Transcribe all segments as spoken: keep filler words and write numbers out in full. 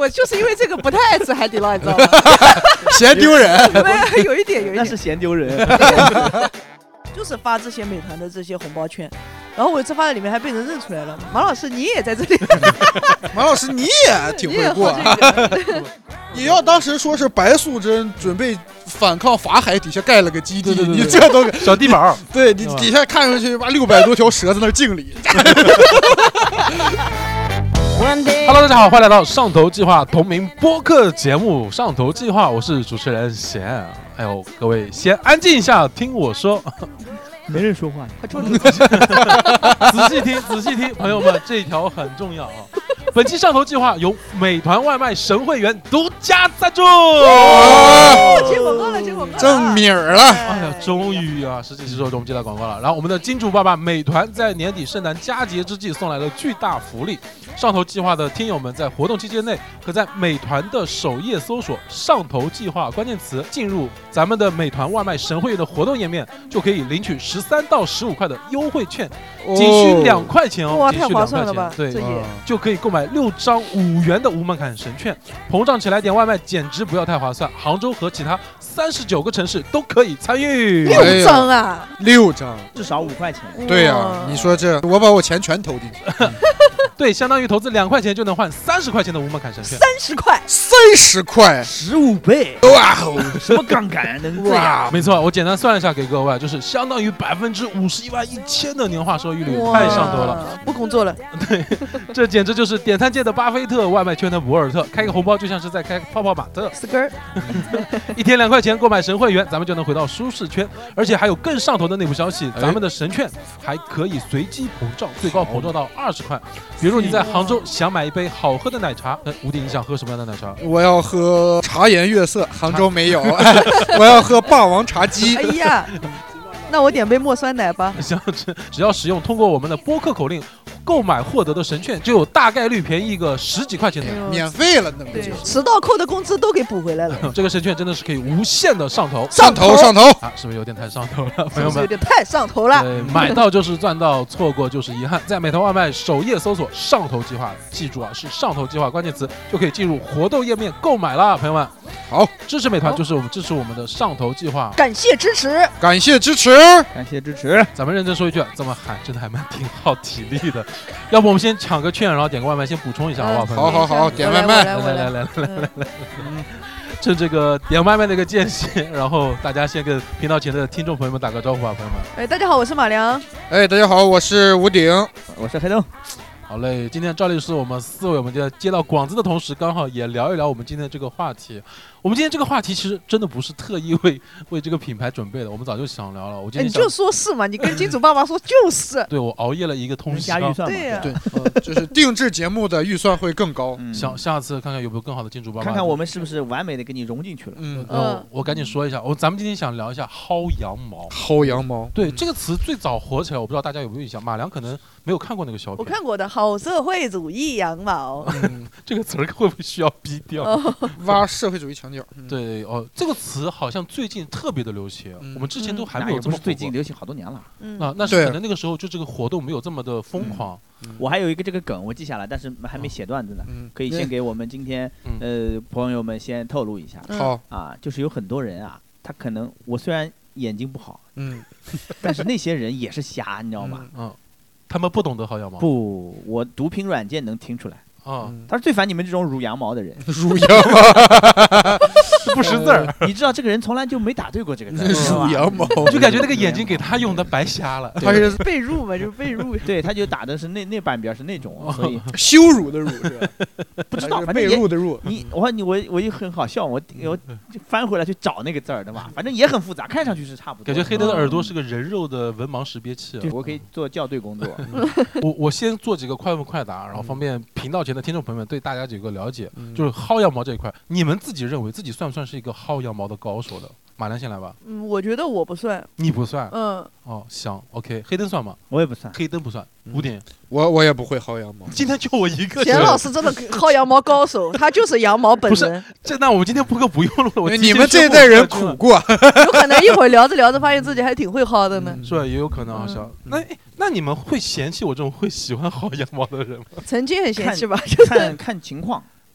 就是因为这个不太爱吃海底捞，你知道吗？ 嫌丢人， 有一点，有一点， 那是嫌丢人。 就是发这些美团的这些红包券，然后我有一次发在里面还被人认出来了，马老师你也在这里。 马老师你也挺会过。你要当时说是白素贞准备反抗法海，底下盖了个基地， 对对对你这都小地堡， 对你底下看上去把六百多条蛇在那敬礼。 Hello， 大家好，欢迎来到上头计划同名播客节目《上头计划》，我是主持人贤。哎呦，各位先安静一下，听我说。 没人说话， 快冲出去！ 仔细听，仔细听，朋友们，这一条很重要啊！本期上头计划由美团外卖神会员独家赞助。 接广告了，接广告了， 正名了！ 哎呀，终于啊，实际是说我们接到广告了。然后我们的金主爸爸美团在年底圣诞佳节之际送来了巨大福利。上头计划的听友们在活动期间内，可在美团的首页搜索“上头计划”关键词，进入咱们的美团外卖神会员的活动页面，就可以领取十三到十五块的优惠券，仅需两块钱哦！ 哇，太划算了吧！ 对， 这也就可以购买六张五元的无门槛神券，膨胀起来点外卖简直不要太划算。杭州和其他三十九个城市都可以参与。 六张啊！ 六张， 至少五块钱。 对呀、啊，你说这，我把我钱全投进去。 对，相当于投资两块钱就能换三十块钱的无门槛神券。 三十块， 三十块， 十五倍！ 哇哦， 什么杠杆能这样？ 没错，我简单算了一下给各位，就是相当于百分之五十一万一千的年化收益率，太上头了。 不工作了。 对，这简直就是点餐界的巴菲特，外卖圈的博尔特，开个红包就像是在开泡泡玛特。 死根儿， 一天两块钱购买神会员，咱们就能回到舒适圈，而且还有更上头的内部消息，咱们的神券还可以随机膨胀，最高膨胀到二十块。比如你在杭州想买一杯好喝的奶茶，哎，吴迪，你想喝什么样的奶茶？ 我要喝茶颜悦色，杭州没有。我要喝霸王茶姬。 哎呀，那我点杯墨酸奶吧。 行，只要使用通过我们的播客口令购买获得的神券，就有大概率便宜一个十几块钱的， 免费了，那不对，迟到扣的工资都给补回来了。 这个神券真的是可以无限的上头， 上头上头啊，是不是有点太上头了，朋友们？ 有点太上头了。 对，买到就是赚到，错过就是遗憾。在美团外卖首页搜索“上头计划”，记住啊，是“上头计划”关键词就可以进入活动页面购买了，朋友们。 好， 支持美团就是我们支持我们的上头计划， 感谢支持， 感谢支持， 感谢支持。 咱们认真说一句，这么喊真的还蛮挺耗体力的。要不我们先抢个券，然后点个外卖，先补充一下，好不好？朋友们？ 好好好，点外卖， 来来来来来来来来，趁这个点外卖的一个间隙，然后大家先跟频道前的听众朋友们打个招呼吧，朋友们。 哎，大家好，我是马良。 哎，大家好，我是吴鼎， 我是黑灯。 好嘞，今天照例是我们四位，我们就接到广子的同时，刚好也聊一聊我们今天这个话题。我们今天这个话题其实真的不是特意为为这个品牌准备的，我们早就想聊了。我今天你就说是嘛，你跟金主爸爸说就是。 对，我熬夜了一个通宵， 加预算嘛， 对呀、啊， 对、呃，就是定制节目的预算会更高。 嗯、 想下次看看有没有更好的金主爸爸， 看看我们是不是完美的给你融进去了。 嗯，呃、我赶紧说一下，我咱们今天想聊一下薅羊毛。 薅羊毛， 对、 嗯、 这个词最早火起来，我不知道大家有没有印象。马良可能没有看过那个小品， 我看过的，好社会主义羊毛。 嗯，这个词儿会不会需要逼掉？ 哦、 挖社会主义墙角。 嗯、对。哦，这个词好像最近特别的流行，嗯、我们之前都还没有这么、 嗯、最近流行好多年了。 嗯， 啊，那是可能那个时候就这个活动没有这么的疯狂。 嗯、我还有一个这个梗我记下来，但是还没写段子呢，嗯、可以先给我们今天、嗯、呃朋友们先透露一下。 好、 嗯、啊，就是有很多人啊，他可能我虽然眼睛不好， 嗯， 但是那些人也是瞎，你知道吗？ 嗯，嗯他们不懂得薅羊毛。 不，我读屏软件能听出来。 啊、 嗯，他是最烦你们这种辱羊毛的人。 辱羊毛， 不识字儿。 你知道这个人从来就没打对过这个字。 辱羊毛， 就感觉那个眼睛给他用的白瞎了。 他是被辱嘛，就是被辱。 对，他就打的是那那半边是那种，所以羞辱的辱是吧？ 不知道，反正被辱的辱。 你我你我我也很好笑，我我翻回来去找那个字儿的嘛，反正也很复杂，看上去是差不多。 感觉黑灯的耳朵是个人肉的文盲识别器、啊。 对，我可以做校对工作。 我我先做几个快问快答，然后方便频道前的听众朋友们对大家几个了解， 嗯、 就是薅羊毛这一块，你们自己认为自己算不算是一个薅羊毛的高手的？马良先来吧。 嗯，我觉得我不算。 你不算？ 嗯。 哦，行 ，OK。黑灯算吗？ 我也不算。 黑灯不算。五点。 我我也不会薅羊毛。 今天就我一个。 贤老师真的薅羊毛高手，他就是羊毛本人。 不是，这那我们今天播客不用录了。我你们这一代人苦过。 有可能一会儿聊着聊着，发现自己还挺会薅的呢。 是吧？也有可能啊，小。那那你们会嫌弃我这种会喜欢薅羊毛的人吗？ 曾经很嫌弃吧， 看看情况。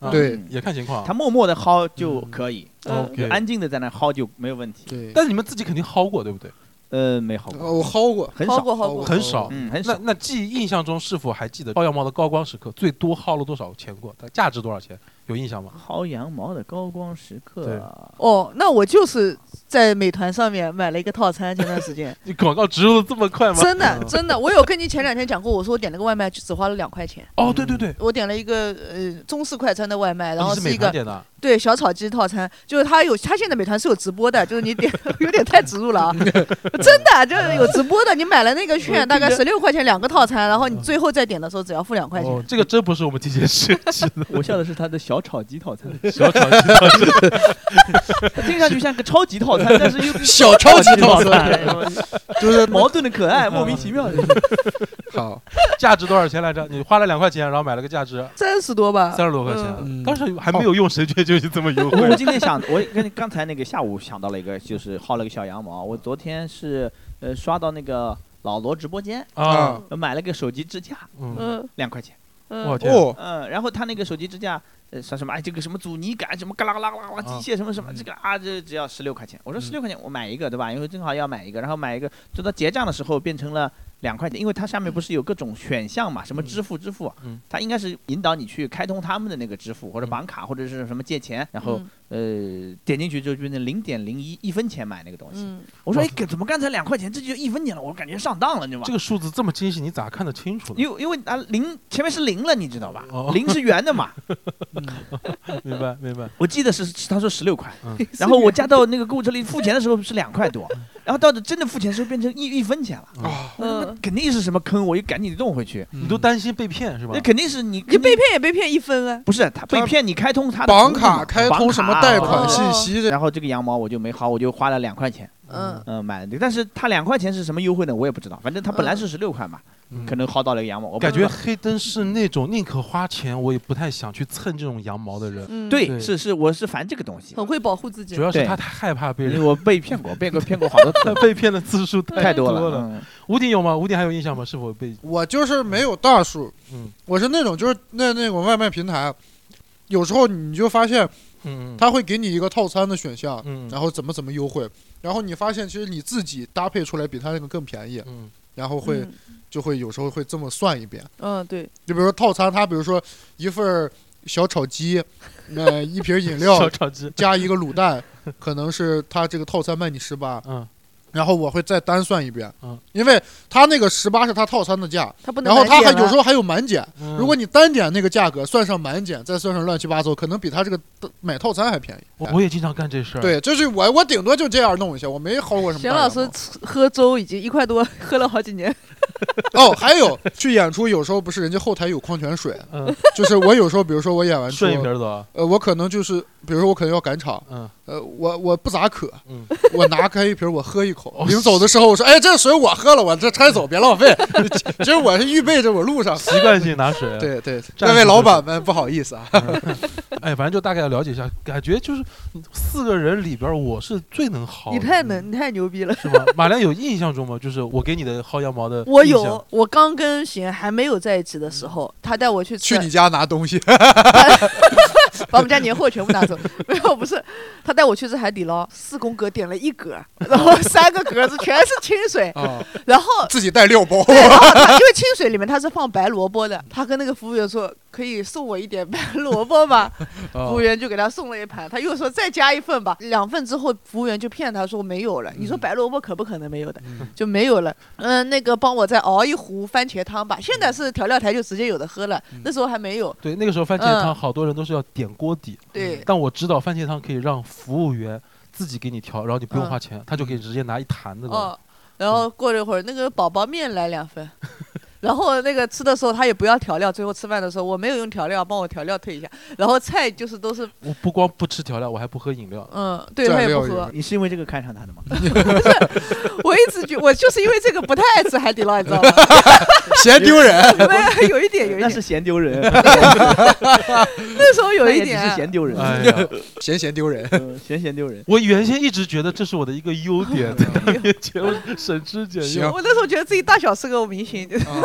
对， 也看情况。 他默默的薅就可以， 嗯 OK 安静的在那薅就没有问题。 对， 但是你们自己肯定薅过，对不对？ 呃，没薅过， 我薅过， 很少， 薅过薅过很少。 嗯，很少。 那那记印象中是否还记得薅羊毛的高光时刻？最多薅了多少钱过？它价值多少钱？有印象吗？ 薅羊毛的高光时刻、啊。 哦，那我就是在美团上面买了一个套餐，前段时间。 你广告植入的这么快吗？ 真的真的，我有跟你前两天讲过，我说我点了个外卖只花了两块钱。 哦，对对对， 我点了一个呃中式快餐的外卖，然后是是一个。对小炒鸡套餐，就是他有，他现在美团是有直播的，就是你点有点太植入了啊，真的就是有直播的，你买了那个券，大概十六块钱两个套餐，然后你最后再点的时候只要付两块钱。 哦，这个真不是我们提前设计的， 我笑的是他的小炒鸡套餐， 小炒鸡套餐， 听上去像个超级套餐，但是又小超级套餐， 就是矛盾的可爱，莫名其妙的。 好， 价值多少钱来着？你花了两块钱，然后买了个价值三十多吧， 三十多块钱，当时还没有用神券就这么优惠。 我今天想，我跟刚才那个下午想到了一个，就是薅了个小羊毛。我昨天是呃刷到那个老罗直播间啊， 买了个手机支架， 嗯， 两块钱。 我天， 嗯，然后他那个手机支架。呃，说什么？哎，这个什么阻尼感，什么嘎啦嘎啦嘎啦机械，什么什么，这个啊，这只要十六块钱。我说十六块钱，我买一个，对吧？因为正好要买一个，然后买一个，就到结账的时候变成了两块钱，因为它上面不是有各种选项嘛，什么支付支付， 嗯， 它应该是引导你去开通他们的那个支付或者绑卡或者是什么借钱，然后呃点进去就变成零点零一一分钱买那个东西。我说哎，怎么刚才两块钱，这就一分钱了？我感觉上当了，你知道吗？ 这个数字这么精细，你咋看得清楚呢？ 因为因为啊零前面是零了，你知道吧？零是圆的嘛。 明白明白， 我记得是他说十六块，然后我加到那个购物车里付钱的时候是两块多，然后到真的付钱的时候变成一一分钱了，那肯定是什么坑，我又赶紧弄回去。 你都担心被骗是吧？ 那肯定是你你被骗也被骗一分啊， 不是他被骗，你开通他的绑卡开通什么贷款信息， 然后这个羊毛我就没薅，我就花了两块钱，嗯嗯买了这个，但是他两块钱是什么优惠呢？我也不知道，反正他本来是十六块嘛。可能薅到了羊毛，我感觉黑灯是那种宁可花钱，我也不太想去蹭这种羊毛的人。 嗯、 对，是是，我是烦这个东西， 很会保护自己。 主要是他太害怕被人， 因为我被骗过，被过骗过好多次， 被骗的次数太多了。 了嗯、 吴鼎有吗？吴鼎还有印象吗？是否被？ 我就是没有大数， 嗯， 我是那种就是那那种外卖平台，有时候你就发现， 嗯， 他会给你一个套餐的选项， 嗯， 然后怎么怎么优惠，然后你发现其实你自己搭配出来比他那个更便宜， 嗯， 然后会。嗯就会有时候会这么算一遍， 嗯，对， 就比如说套餐，它比如说一份小炒鸡，呃，一瓶饮料， 小炒鸡加一个卤蛋，可能是它这个套餐卖你十八， 嗯， 然后我会再单算一遍， 嗯， 因为它那个十八是它套餐的价， 它不能， 然后它还有时候还有满减， 嗯、 如果你单点那个价格算上满减，再算上乱七八糟，可能比它这个买套餐还便宜。 我我也经常干这事儿， 对，就是我我顶多就这样弄一下，我没薅过什么。 贤老师喝粥已经一块多，喝了好几年。 哦，还有去演出，有时候不是人家后台有矿泉水， 嗯， 就是我有时候，比如说我演完出， 顺一瓶走， 呃，我可能就是，比如说我可能要赶场， 嗯， 呃，我我不咋渴， 嗯， 我拿开一瓶我喝一口，临走的时候我说，哎，这水我喝了，我这拆走别浪费。其实我是预备着我路上习惯性拿水， 对对，各位老板们不好意思啊， 哎，反正就大概要了解一下，感觉就是四个人里边我是最能薅， 你太能，你太牛逼了， 是吗？马良有印象中吗？就是我给你的薅羊毛的， 我有，我刚跟贤还没有在一起的时候，他带我去去你家拿东西， 把我们家年货全部拿走。没有，不是，他带我去吃海底捞，四宫格点了一格，然后三个格子全是清水， 哦、 然后自己带六包。 对，然后他因为清水里面他是放白萝卜的，他跟那个服务员说可以送我一点白萝卜吗？ 哦、 服务员就给他送了一盘，他又说再加一份吧，两份之后服务员就骗他说没有了。你说白萝卜可不可能没有的？ 嗯、 就没有了。嗯、呃，那个帮我再熬一壶番茄汤吧。现在是调料台就直接有的喝了， 嗯、 那时候还没有。 对，那个时候番茄汤好多人都是要点锅底。 嗯、对。 但我知道番茄汤可以让服务员自己给你调，然后你不用花钱，嗯、他就可以直接拿一坛子。 哦。然后过了一会儿，那个宝宝面来两份。然后那个吃的时候他也不要调料，最后吃饭的时候我没有用调料，帮我调料退一下。然后菜就是都是我不光不吃调料，我还不喝饮料。 嗯，对，他也不喝。 你是因为这个看上他的吗？ 不是，我一直觉我就是因为这个不太爱吃海底捞，你知道吗？ 嫌丢人， 有一点，有一点， 那是嫌丢人。 那时候有一点是嫌丢人， 哎呀， 嫌嫌丢人， 嫌嫌丢人。 我原先一直觉得这是我的一个优点，在他面前我省吃俭用。 我那时候觉得自己大小是个明星。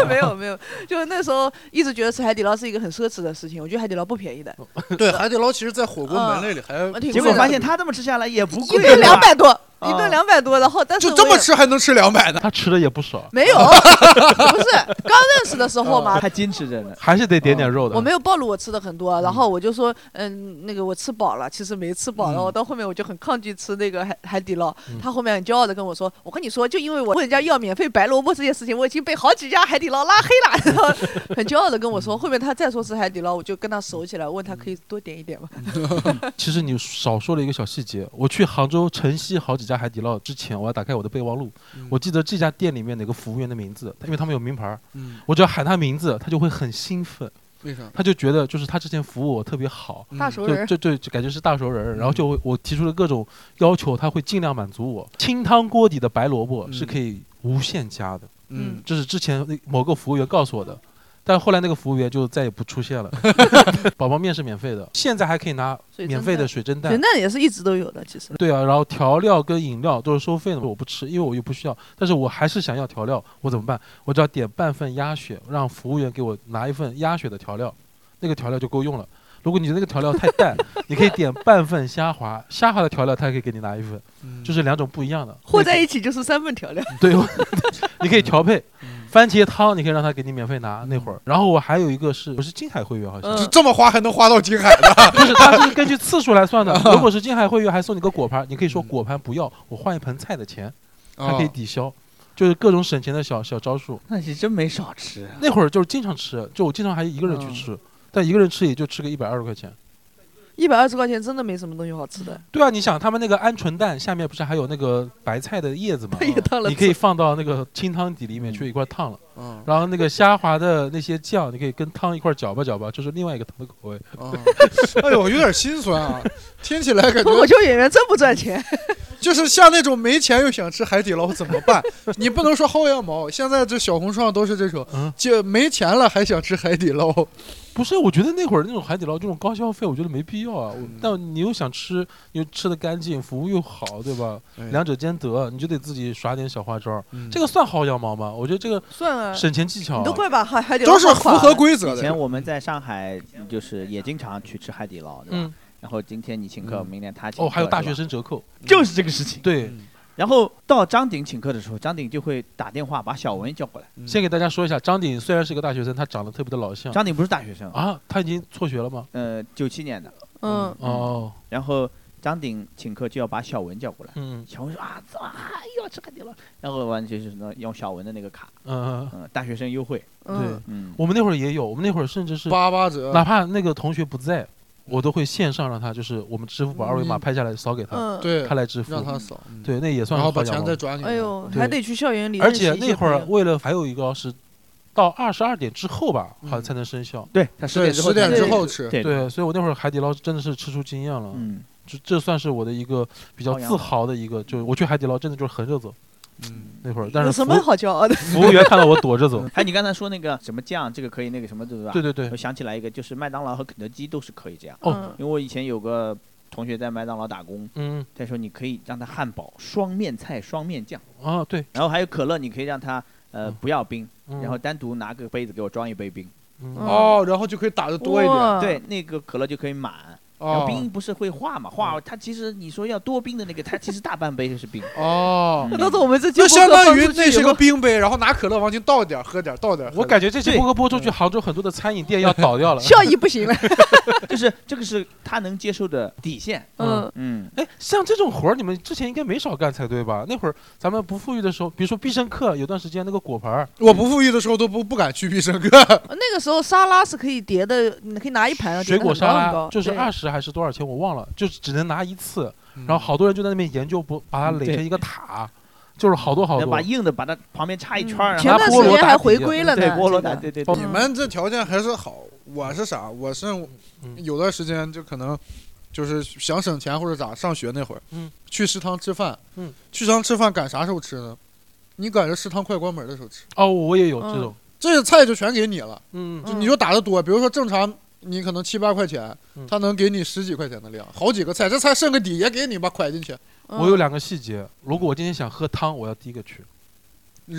没有没有，就那时候一直觉得吃海底捞是一个很奢侈的事情，我觉得海底捞不便宜的， 对，海底捞其实在火锅门类里还呃挺结果贵的发现他这么吃下来也不贵， 一顿两百多， 啊一顿两百多，然后但是就这么我也吃还能吃两百呢。 他吃的也不少， 没有，不是刚认识的时候嘛， 还矜持着呢。 还是得点点肉的。 我没有暴露我吃的很多，然后我就说，嗯，那个我吃饱了，其实没吃饱。然后我到后面我就很抗拒吃那个海海底捞， 嗯他后面很骄傲的跟我说，我跟你说，就因为我问人家要免费白萝卜这件事情，我已经被好几家海底捞拉黑了。然后很骄傲的跟我说，后面他再说吃海底捞，我就跟他熟起来，问他可以多点一点吗？ 其实你少说了一个小细节，我去杭州城西好几家海底捞之前，我要打开我的备忘录， 嗯我记得这家店里面哪个服务员的名字，因为他们有名牌， 嗯， 我只要喊他名字，他就会很兴奋， 为啥？ 他就觉得就是他之前服务我特别好， 嗯大熟人， 就就就就感觉是大熟人，然后就会我提出的各种要求，他会尽量满足我。清汤锅底的白萝卜嗯是可以无限加的， 嗯， 这是之前那某个服务员告诉我的。但后来那个服务员就再也不出现了。宝宝面是免费的，现在还可以拿水蒸免费的蛋水蒸蛋人。蛋也是一直都有的，其实。 对啊，然后调料跟饮料都是收费的，我不吃，因为我又不需要。但是我还是想要调料，我怎么办？我只要点半份鸭血，让服务员给我拿一份鸭血的调料，那个调料就够用了。如果你的那个调料太淡，你可以点半份虾滑，虾滑的调料他也可以给你拿一份， 嗯就是两种不一样的。 和在一起就是三份调料。 对，你可以调配。 嗯番茄汤你可以让他给你免费拿那会儿，然后我还有一个是不是金海会员好像， 嗯就这么花还能花到金海的？ 不是，它是根据次数来算的。如果是金海会员，还送你个果盘，你可以说果盘不要，我换一盆菜的钱，还可以抵消，就是各种省钱的小小招数。 那你真没少吃啊。 那会儿就是经常吃，就我经常还一个人去吃，但一个人吃也就吃个一百二十块钱。 一百二十块钱真的没什么东西好吃的， 对啊，你想他们那个鹌鹑蛋下面不是还有那个白菜的叶子吗？ 也烫了。 你可以放到那个清汤底里面去一块烫了。 嗯然后那个虾滑的那些酱，你可以跟汤一块搅吧搅吧，就是另外一个汤的口味。 嗯，哎呦，有点心酸啊！听起来感脱口觉秀演员真不赚钱。 就是像那种没钱又想吃海底捞怎么办？你不能说薅羊毛，现在这小红书上都是这种， 嗯， 就没钱了还想吃海底捞。 不是，我觉得那会儿那种海底捞这种高消费，我觉得没必要啊。我嗯但你又想吃，又吃的干净，服务又好，对吧？两者兼得，你就得自己耍点小花招。 嗯这个算薅羊毛吗？我觉得这个算了， 省钱技巧啊。 你都快把海海底捞都是符薅垮了。 合规则以前的。 我们在上海就是也经常去吃海底捞，对吧？ 嗯， 然后今天你请客， 嗯明天他请客。 哦，还有大学是吧， 生折扣。 就是这个事情。 对， 嗯然后到张鼎请客的时候，张鼎就会打电话把小文叫过来。 嗯先给大家说一下，张鼎虽然是个大学生，他长得特别的老像张鼎不是大学生， 啊，他已经辍学了吗？ 呃，九七年的。 嗯， 哦， 然后张鼎请客就要把小文叫过来。 嗯小文说啊，走啊，又要吃海底捞。然后完就是呢，用小文的那个卡， 嗯， 嗯，大学生优惠。 嗯， 嗯， 我们那会儿也有，我们那会儿甚至是八八折， 哪怕那个同学不在，我都会线上让他，就是我们支付宝二维码嗯拍下来扫给他， 嗯， 对他，来支付。 让他扫，嗯， 对，那也算然后把是薅羊毛钱再转给他。 哎呦， 对还得去校园里而认识一些朋友。 且那会儿为了还有一个是到二十二点之后吧，好像才能生效。 对，他十对， 点之后十点才能之后吃。 对， 对，所以我那会儿海底捞真的是吃出经验了， 嗯， 这这算是我的一个比较自豪的一个，就是我去海底捞真的就是横着走嗯， 那会儿，但是服有什么好骄傲的？ 服务员看到我躲着走。 还有你刚才说那个什么酱，这个可以，那个什么，对吧？ 对对对我，想起来一个，就是麦当劳和肯德基都是可以这样。 哦嗯因为我以前有个同学在麦当劳打工， 嗯他说你可以让他汉堡双面菜双面酱， 啊对， 然后还有可乐，你可以让他呃嗯不要冰， 嗯然后单独拿个杯子给我装一杯冰。 嗯哦，然后就可以打的多一点。 哇对，那个可乐就可以满。然后哦， 冰不是会化嘛？化它其实你说要多冰的那个，它其实大半杯就是冰。 哦， 嗯到时候我们这那相当于那是个个冰杯，然后拿可乐往进倒点儿，喝点儿，倒点儿。 我感觉这期对播客播出去，杭州很多的餐饮店要倒掉了。 效益不行了。 就是这个是他能接受的底线。 嗯， 嗯， 哎，像这种活儿，你们之前应该没少干才对吧？那会儿咱们不富裕的时候，比如说必胜客，有段时间那个果盘儿， 我不富裕的时候都不不敢去必胜客。 那个时候沙拉是可以叠的，你可以拿一盘。 水果沙拉就是对二十还是多少钱我忘了，就只能拿一次。 嗯然后好多人就在那边研究不把它垒成一个塔，就是好多好多要把。硬的把它旁边插一圈儿， 嗯前然后段时间还回归了呢。 对菠萝打， 这个对对对。 你们这条件还是好，我是啥？我是嗯有段时间就可能就是想省钱或者咋，上学那会儿， 嗯， 去食堂吃饭， 嗯， 去食堂吃饭赶啥时候吃呢？你赶着食堂快关门的时候吃， 哦，我也有这种， 这些菜就全给你了， 嗯就你就打的多，比如说正常。你可能七八块钱嗯， 他能给你十几块钱的量，好几个菜，这菜剩个底也给你吧，蒯进去， 嗯我有两个细节，如果我今天想喝汤，我要第一个去。 热，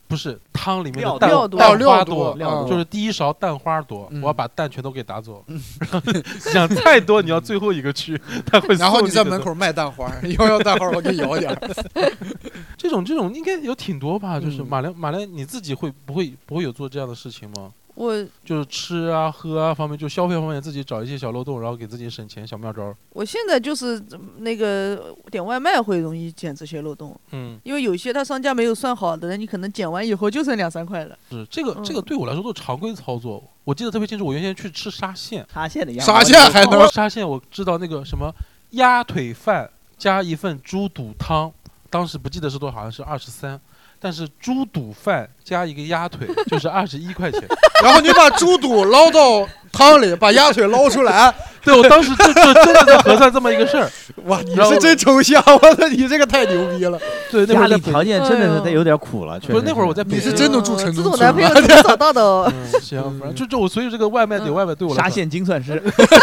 不是汤里面的料蛋料多蛋花料多料多就是第一勺蛋花多， 嗯我要把蛋全都给打走。想太多，你要最后一个去，他会。 然后你在门口卖蛋花，摇摇蛋花，我给你摇点儿。 这种这种应该有挺多吧？就是嗯马良马良，你自己会不会不会有做这样的事情吗？ 我就是吃啊喝啊方面，就消费方面自己找一些小漏洞，然后给自己省钱小妙招。 我现在就是那个点外卖会容易捡这些漏洞， 嗯， 因为有些他商家没有算好的，你可能点完以后就剩两三块了。 是这个嗯这个对我来说都是常规操作。我记得特别清楚，我原先去吃沙县， 沙县的样沙县还能沙县我知道那个什么鸭腿饭加一份猪肚汤，当时不记得是多少，好像是二十三。但是猪肚饭加一个鸭腿就是二十一块钱， 然后你把猪肚捞到汤里，把鸭腿捞出来。 对我当时就就真的在核算这么一个事儿。 哇，你然后是真抽象，我操，你这个太牛逼了。 对，那会家里儿在北条件真的是得有点苦了，确实不是那会儿我在北京你是真的住城中这种村男朋友吗？ 怎么找到的哦？ 嗯，行，反正就就我所以这个外卖点外卖对我来说， 沙县精算师，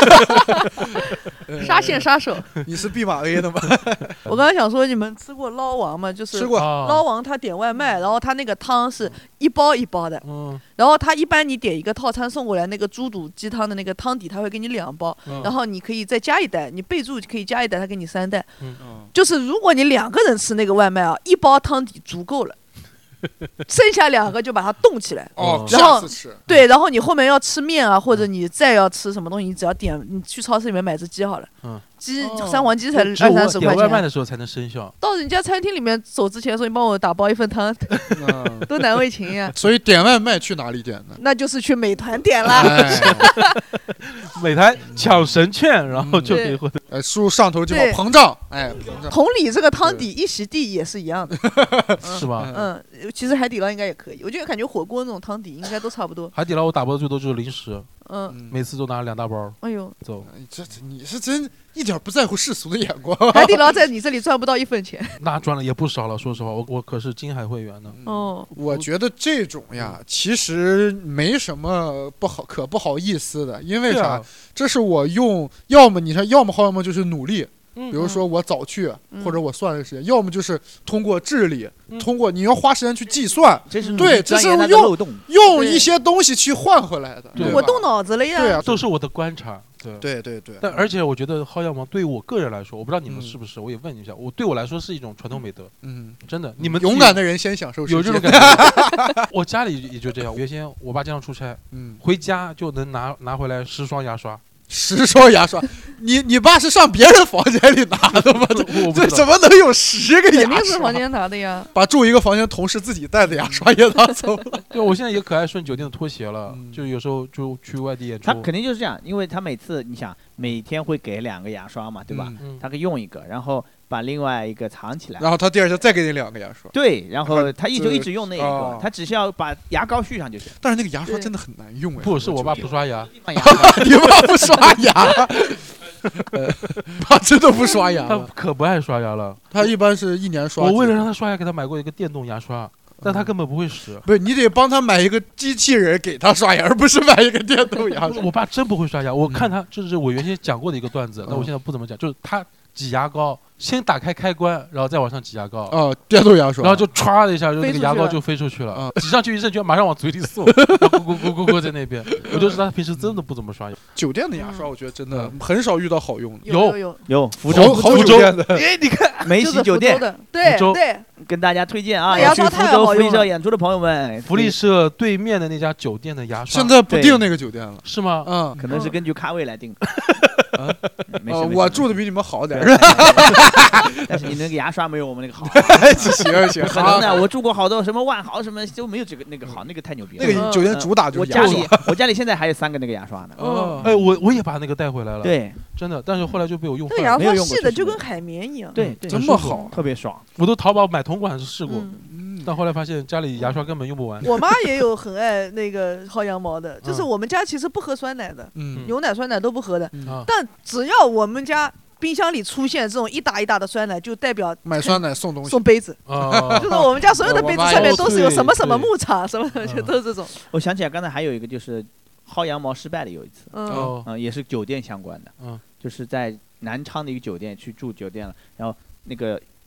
沙县杀手。 你是弼马 A 的吗？ 我刚才想说，你们吃过捞王吗？就是吃过。 啊捞王他点外卖，然后他那个汤是一包一包的， 嗯， 然后他一般你点一个套餐送过来，那个猪肚鸡汤的那个汤底他会给你两包， 嗯然后你可以再加一袋，你备注可以加一袋，他给你三袋。 嗯， 就是如果你两个人吃那个外卖啊，一包汤底足够了，剩下两个就把它冻起来。 哦， 然后下次吃。 对，然后你后面要吃面啊，或者你再要吃什么东西，你只要点，你去超市里面买只鸡好了。 嗯， 鸡哦三黄鸡才只有我二三十块点外卖钱。 的时候才能生效。 到人家餐厅里面走之前说，你帮我打包一份汤， 嗯， 多难为情呀。 所以点外卖去哪里点呢？ 那就是去美团点了。 哎， 美团抢神券，然后就可以获得。 哎输入上头就好对膨胀，哎，膨胀。 同理，这个汤底一席地也是一样的。 是吧？ 嗯，其实海底捞应该也可以，我觉得感觉火锅那种汤底应该都差不多。 海底捞我打包的最多就是零食， 嗯， 嗯每次都拿两大包哎呦， 走。 哎这这你是真一点不在乎世俗的眼光。 海底捞在你这里赚不到一分钱。 那赚了也不少了，说实话，我我可是金海会员呢。 哦， 我觉得这种呀，其实没什么不好可不好意思的，因为啥？ 对啊， 这是我用，要么你看，要么要么就是努力， 嗯比如说我早去， 嗯或者我算了时间，要么就是通过智力， 嗯通过你要花时间去计算， 这是对这是钻研它的用漏洞。 对用一些东西去换回来的。 对吧我动脑子了呀。 对啊， 都是我的观察。对。 对对对。 但而且我觉得薅羊毛对我个人来说，我不知道你们嗯是不是，我也问一下，我对我来说是一种传统美德， 嗯， 真的。你们勇敢的人先享受世界有这种感觉？我家里也就这样。原先我爸经常出差， 嗯， 回家就能拿拿回来十双牙刷。 十双牙刷，你你爸是上别人房间里拿的吗？ 我不这知道， 怎么能有十个肯牙刷？ 定是房间拿的呀。 把住一个房间同事自己带的牙刷也拿走了。 对，我现在也可爱顺酒店的拖鞋了， 嗯就有时候就去外地演出他。肯定就是这样，因为他每次你想每天会给两个牙刷嘛，对吧？ 嗯嗯， 他可以用一个，然后把另外一个藏起来。 然后他第二天再给你两个牙刷， 对，然后他一这就一直用那一哦个，他只需要把牙膏续上就行。 但是那个牙刷对真的很难用哎。 不是我爸不刷牙， 放牙膏你爸不刷牙，呃爸真的不刷牙他了。 可不爱刷牙了。 他一般是一年刷我几次。 为了让他刷牙，给他买过一个电动牙刷，但他根本不会使。 不是你得帮他买一个机器人给他刷牙，而不是买一个电动牙刷。 我爸真不会刷牙，我看他这是我原先讲过的一个段子， 嗯那我现在不怎么讲，就是他挤牙膏，先打开开关，然后再往上挤牙膏， 哦，电动牙刷， 然后就歘的一下，就那飞出去了个牙膏就飞出去了啊， 挤上去一阵就要马上往嘴里送，然后咕咕咕咕咕在那边。我就知道他平时真的不怎么刷牙。 酒店的牙刷，我觉得真的很少遇到好用的。 有有有， 有福好州好福州酒店的， 哎，你看， 梅就是福州喜酒店， 的，对福州对， 跟大家推荐啊， 那牙刷要去福州福利太好用了社演出的朋友们， 福利社对面的那家酒店的牙刷， 现在不订那个酒店了。 是吗？ 嗯， 可能是根据咖位来定的。 啊没事呃， 没事我住的比你们好点对儿。 但是你那个牙刷没有我们那个好。 行行， 可能的，我住过好多什么万豪什么都没有这个那个好，那个太牛逼了。 那个酒店主打就是牙刷我家里。我家里现在还有三个那个牙刷呢。 哦， 哎，我我也把那个带回来了，， 对真的，但是后来就被我用这个牙坏了。 没有用过刷细的就是就跟海绵一样。 对对， 这么好， 特别爽。 我都淘宝买同款试过， 嗯， 嗯， 但后来发现家里牙刷根本用不完。 我妈也有很爱那个薅羊毛的，就是我们家其实不喝酸奶的， 嗯牛奶、酸奶都不喝的， 嗯啊， 但只要我们家冰箱里出现这种一打一打的酸奶，就代表买酸奶送东西送。杯子， 啊就是我们家所有的杯子上面都是有什么什么牧场什么的， 对就都是这种。 我想起来刚才还有一个就是薅羊毛失败的有一次， 嗯， 哦， 嗯，也是酒店相关的， 嗯， 就是在南昌的一个酒店去住酒店了，然后那个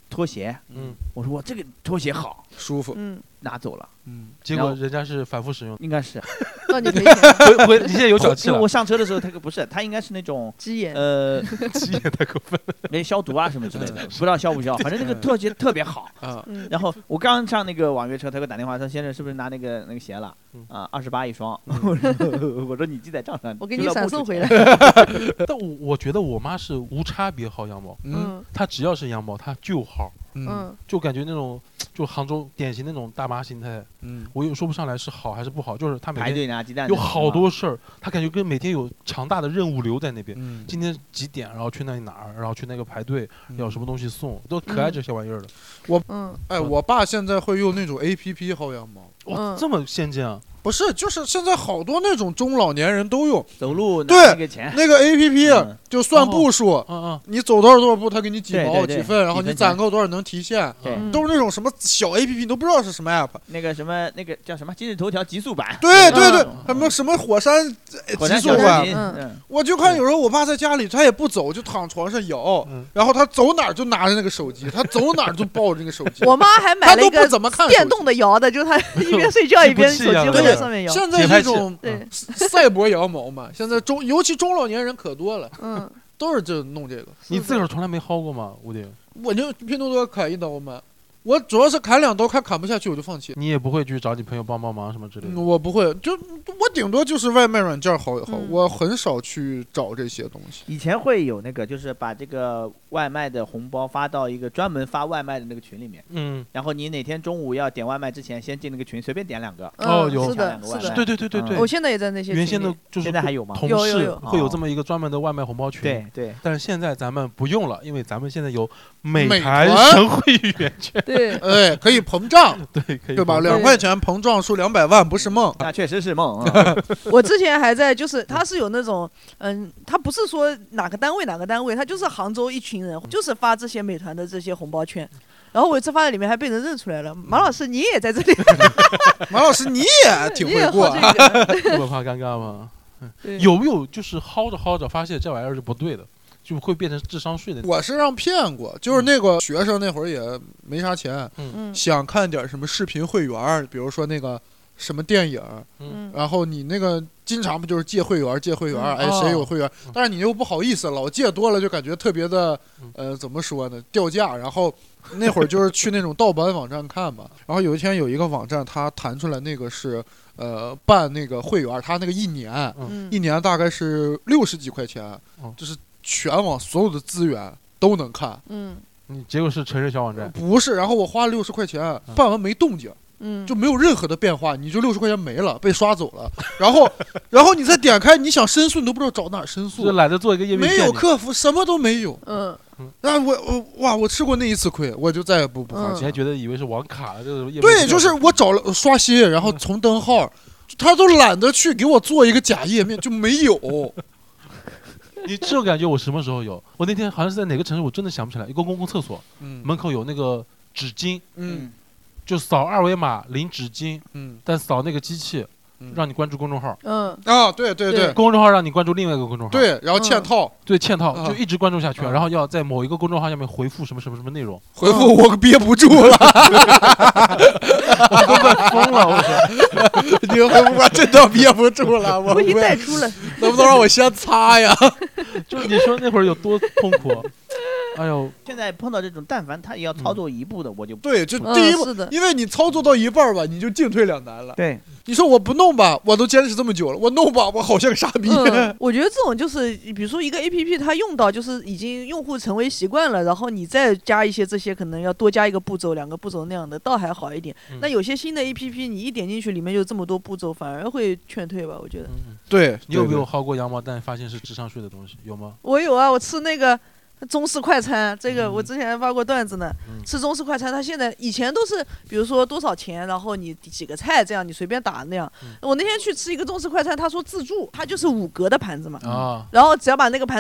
拖鞋， 嗯， 我说我这个拖鞋好， 舒服， 嗯， 拿走了， 嗯， 结果人家是反复使用， 应该是。 让你赔钱， 回回你现在有脚气了因为我，上车的时候，他不是，他应该是那种鸡眼， 呃， 鸡也太过分了。 没消毒啊什么之类的，不知道消不消，反正那个拖鞋特别好。 啊， 嗯， 然后我刚上那个网约车，他给我打电话说：“先生，是不是拿那个那个鞋了？啊，二十八一双。”我说：“我说你记在账上， 我给你闪送回来。” 但我我觉得我妈是无差别薅羊毛， 嗯嗯她只要是羊毛她就薅， 嗯嗯， 就感觉那种就杭州典型那种大妈心态， 嗯， 我也说不上来是好还是不好，就是她每天排队拿鸡蛋有好多事儿，她感觉跟每天有强大的任务流在那边。 嗯， 今天几点，然后去那里哪儿，然后去那个排队，要有什么东西送，都可嗯爱这些玩意儿的。 嗯哎，我爸现在会用那种 A P P 薅羊毛， 哇， 嗯这么先进啊！ 不是，就是现在好多那种中老年人都用走路拿对那个钱， 那个 A P P， 嗯就算步数， 嗯嗯， 你走多少多少步，他给你几毛对对对几分，然后你几分钱攒够多少能提现， 对， 嗯都是那种什么小 A P P，你都不知道是什么 app。 那个什么那个叫什么今日头条极速版， 对对对嗯， 什么什么火山呃火极速山小视版， 频， 嗯嗯， 我就看有时候我爸在家里，他也不走，就躺床上摇， 嗯然后他走哪儿就拿着那个手机，他走哪儿就抱着那个手机。 我妈还买他都不了一个怎么看手机电动的摇的，就是她一边睡觉一边手机会在上面摇。 现在这种对， 赛博羊毛嘛，现在中尤其中老年人可多了， 嗯， 都是这弄这个。 你自个儿从来没薅过吗？吴鼎， 我就拼多多砍一刀嘛，我主要是砍两刀，看砍不下去我就放弃。 你也不会去找你朋友帮帮忙什么之类的。 嗯我不会，就我顶多就是外卖软件薅一薅， 嗯我很少去找这些东西。 以前会有那个，就是把这个外卖的红包发到一个专门发外卖的那个群里面， 嗯， 然后你哪天中午要点外卖之前，先进那个群，随便点两个。 哦有嗯是的，是的， 抢两个外卖对对对对对嗯我，现在也在那些原先的群里就是现在还有吗？ 同事有有有会有这么一个专门的外卖红包群。 对对， 但是现在咱们不用了，因为咱们现在有美美团团神会员券， 对， 哎，可以膨胀， 对，可以对吧？ 放两块钱膨胀出两百万不是梦。 那确实是梦。嗯我之前还在，就是他是有那种，嗯，他不是说哪个单位哪个单位，他就是杭州一群人，就是发这些美团的这些红包券。然后我有一次发在里面，还被人认出来了。马老师，你也在这里， 马老师你也挺你也会过好，这个。 这么怕尴尬吗？ 对有没有就是薅着薅着发现这玩意儿是不对的，就会变成智商税的？ 我是让骗过，就是那个学生那会儿也没啥钱， 嗯想看点什么视频会员，比如说那个什么电影， 嗯然后你那个经常不就是借会员借会员， 嗯哎哦谁有会员，但是你又不好意思，老借多了就感觉特别的嗯， 呃怎么说呢，掉价。然后那会儿就是去那种盗版网站看嘛，然后有一天有一个网站它弹出来那个是呃办那个会员，它那个一年嗯一年大概是六十几块钱哦， 就是全网所有的资源都能看。 嗯你结果是成人小网站， 不是，然后我花了六十块钱办完没动静， 嗯， 就没有任何的变化，你就六十块钱没了，被刷走了。然后，然后你再点开，你想申诉，你都不知道找哪儿申就诉， 懒得做一个页面没骗你。 有客服，什么都没有。 嗯那我我哇，我吃过那一次亏，我就再也不不花嗯钱。 你还觉得以为是网卡了，这个页面对， 不就是掉我找了刷新，然后重登号，他都懒得去给我做一个假页面，就没有。 你这种感觉我什么时候有？我那天好像是在哪个城市，我真的想不起来。一个公共厕所嗯门口有那个纸巾， 嗯就扫二维码领纸巾， 嗯但扫那个机器嗯让你关注公众号， 嗯啊，对对对对公众号让你关注另外一个公众号， 对，然后欠套， 对，嵌套啊就一直关注下去， 啊然后要在某一个公众号下面回复什么什么什么内容， 回复我憋不住了， 我都快疯了，我说。 你回复我真的憋不住了，我我已经我带出了。 能不能让我先擦呀？ 就你说那会儿有多痛苦，哎呦， 现在碰到这种，但凡他也要操作一步的，我就不对，就嗯第一步是的， 因为你操作到一半吧，你就进退两难了。 对。 你说我不弄吧，我都坚持这么久了，我弄吧，我好像个傻逼。 嗯，我觉得这种就是，比如说一个 A P P 它用到就是已经用户成为习惯了，然后你再加一些这些，可能要多加一个步骤、两个步骤那样的，倒还好一点。 嗯那有些新的 A P P，你一点进去里面就这么多步骤，反而会劝退吧？我觉得。 嗯， 对， 你有没有对薅过羊毛但发现是智商税的东西？有吗？ 我有啊，我吃那个中式快餐，这个嗯我之前还发过段子呢。 嗯吃中式快餐，它现在以前都是比如说多少钱，然后你几个菜这样，你随便打那样。 嗯我那天去吃一个中式快餐，他说自助，它就是五格的盘子嘛。 啊， 然后只要把那个盘子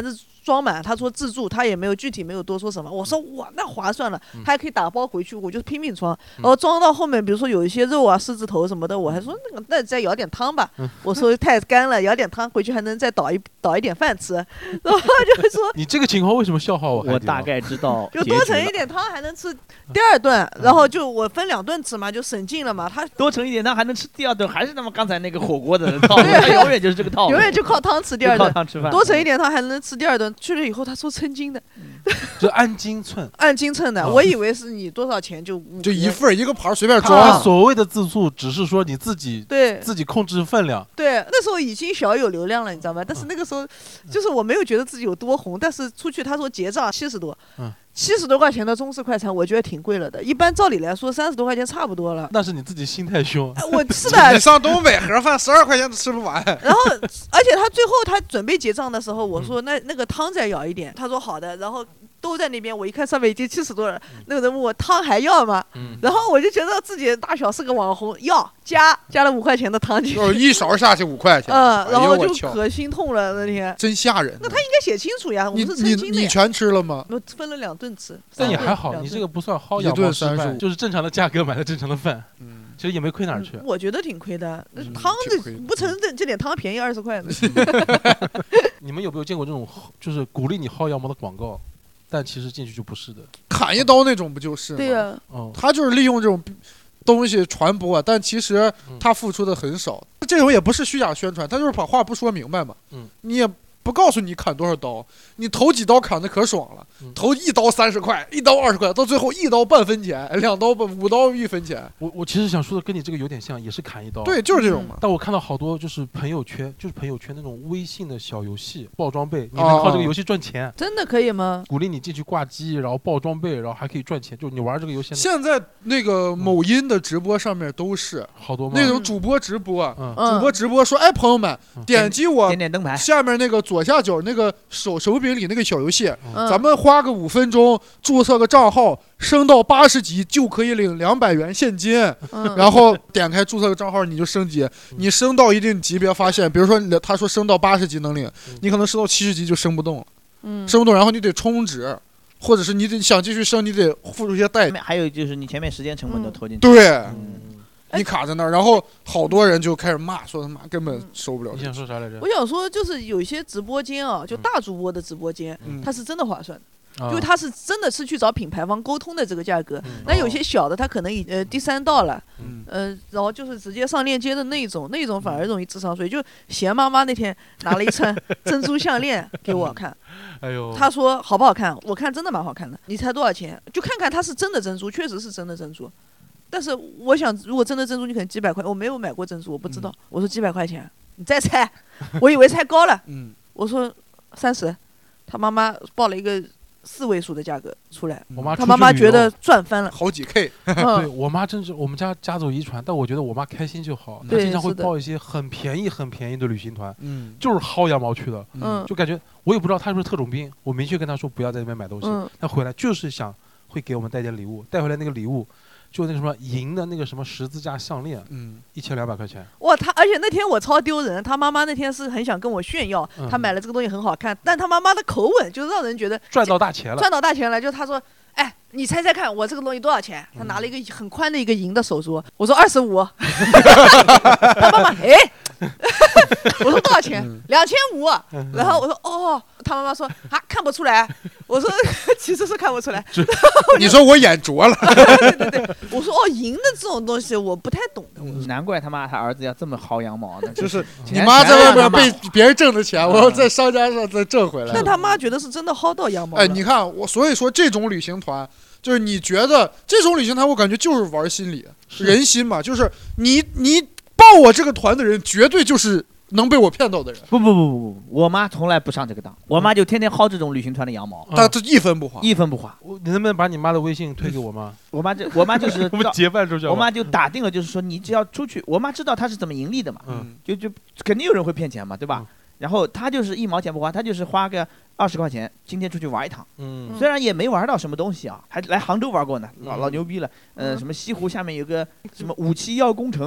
装满，他说自助，他也没有具体没有多说什么。我说哇，那划算了，他还可以打包回去，我就拼命装。然后装到后面，比如说有一些肉啊、狮子头什么的，我还说那个那再舀点汤吧。我说太干了，舀点汤回去还能再倒一倒一点饭吃。然后就是说你这个情况为什么消耗我？ 我大概知道， 就多盛一点汤还能吃第二顿，然后就我分两顿吃嘛，就省劲了嘛。他多盛一点汤还能吃第二顿，还是他妈刚才那个火锅的套路，他永远就是这个套路， 永远就靠汤吃第二顿， 汤吃饭。 多盛一点汤还能吃第二顿。去了以后他说称斤的， 就按斤称， 按斤称的。我以为是你多少钱就就一份一个盘随便他装。 所谓的自助只是说你自己对自己控制分量。 对，那时候已经小有流量了，你知道吗？但是那个时候就是我没有觉得自己有多红，但是出去他说结账七十多， 嗯。 七十多块钱的中式快餐，我觉得挺贵了的。一般照理来说，三十多块钱差不多了。 那是你自己心太凶。 我是的， 你上东北盒饭十二块钱都吃不完。 然后，而且他最后他准备结账的时候，我说那那个汤再舀一点，他说好的。然后都在那边，我一看上面已经七十多了，那个人问我汤还要吗？ 嗯、 然后我就觉得自己大小是个网红，要加加了五块钱的汤进去， 就是一勺下去五块钱。 嗯，然后就哎、 可心痛了那天， 真吓人。 那他应该写清楚呀，我们是称斤的呀。 你你你全吃了吗？ 我分了两顿吃。 但也还好，你这个不算薅羊毛失败，就是正常的价格买了正常的饭， 嗯， 其实也没亏哪儿去。 嗯、我觉得挺亏的， 嗯、 汤这不成这这点汤便宜二十块呢。 你们有没有见过这种就是鼓励你薅羊毛的广告？但其实进去就不是的， 砍一刀那种不就是吗？ 对呀、啊， 嗯， 他就是利用这种东西传播，但其实他付出的很少。嗯、这种也不是虚假宣传，他就是把话不说明白嘛。 嗯， 你也不告诉你砍多少刀，你头几刀砍的可爽了， 嗯、 头一刀三十块，一刀二十块，到最后一刀半分钱，两刀五刀一分钱。 我我其实想说的跟你这个有点像，也是砍一刀。 对，就是这种嘛。 但我看到好多就是朋友圈，就是朋友圈那种微信的小游戏爆装备，你能靠这个游戏赚钱？ 哦、真的可以吗？ 鼓励你进去挂机，然后爆装备，然后还可以赚钱。就你玩这个游戏， 现在那个某音的直播上面都是、 嗯、好多吗？ 那种主播直播， 嗯、 主播直播说，哎，朋友们， 嗯、 点击我点点灯牌下面那个左下角那个手手柄里那个小游戏， 嗯、 咱们花个五分钟注册个账号，升到八十级就可以领两百元现金。 嗯、 然后点开注册个账号，你就升级。你升到一定级别，发现，比如说他说升到八十级能领，你可能升到七十级就升不动了， 嗯， 升不动，然后你得充值，或者是你得想继续升，你得付出一些代价。 还有就是你前面时间成本都投进去， 对。 嗯你卡在那儿，然后好多人就开始骂，说他妈根本受不了。 你想说啥来着？ 我想说，就是有一些直播间啊，就大主播的直播间， 嗯、 它是真的划算的。 嗯、 因为他是真的是去找品牌方沟通的这个价格， 嗯、 那有些小的他可能已呃第三道了， 嗯、 呃，然后就是直接上链接的那种，那种反而容易智商税。就贤妈妈那天拿了一串珍珠项链给我看， 哎呦， 她说好不好看？我看真的蛮好看的，你猜多少钱？就看看它是真的珍珠，确实是真的珍珠。但是我想，如果真的珍珠，你可能几百块，我没有买过珍珠，我不知道。嗯、我说几百块钱，你再猜，我以为猜高了。 嗯， 我说三十，他妈妈报了一个四位数的价格出来， 我妈他妈妈觉得赚翻了， 好几 K。 嗯、 对我妈真是我们家家族遗传，但我觉得我妈开心就好，她经常会报一些很便宜很便宜的旅行团， 嗯， 就是薅羊毛去的， 嗯， 就感觉我也不知道她是不是特种兵，我明确跟她说不要在那边买东西， 嗯， 她回来就是想会给我们带点礼物，带回来那个礼物。就那个什么银的那个什么十字架项链， 嗯， 一千两百块钱。 哇，他而且那天我超丢人，他妈妈那天是很想跟我炫耀， 嗯、 他买了这个东西很好看，但他妈妈的口吻就让人觉得赚到大钱了， 赚到大钱了。就他说，哎，你猜猜看，我这个东西多少钱？他拿了一个很宽的一个银的手镯，我说二十五，他妈妈哎。我说多少钱？两千五。然后我说哦，他妈妈说啊，看不出来。我说其实是看不出来。 你说我眼拙了。 对对对，我说哦，银的这种东西我不太懂的。 嗯、难怪他妈他儿子要这么薅羊毛呢。 就是你妈在外面被别人挣的钱，我要在商家上再挣回来。 但他妈觉得是真的薅到羊毛。 哎，你看我，所以说这种旅行团。就是你觉得这种旅行团，我感觉就是玩心理、人心嘛。就是你你报我这个团的人，绝对就是能被我骗到的人。 不不不不不，我妈从来不上这个当，我妈就天天薅这种旅行团的羊毛， 她她一分不花， 一分不花。 你能不能把你妈的微信推给我妈？ 我妈这我妈就是我们结伴出去。 我妈就打定了，就是说你只要出去，我妈知道她是怎么盈利的嘛， 嗯， 就就肯定有人会骗钱嘛，对吧？ 嗯、然后她就是一毛钱不花，她就是花个二十块钱，今天出去玩一趟， 嗯， 虽然也没玩到什么东西啊，还来杭州玩过呢，老老牛逼了，呃，什么西湖下面有个什么五七幺工程。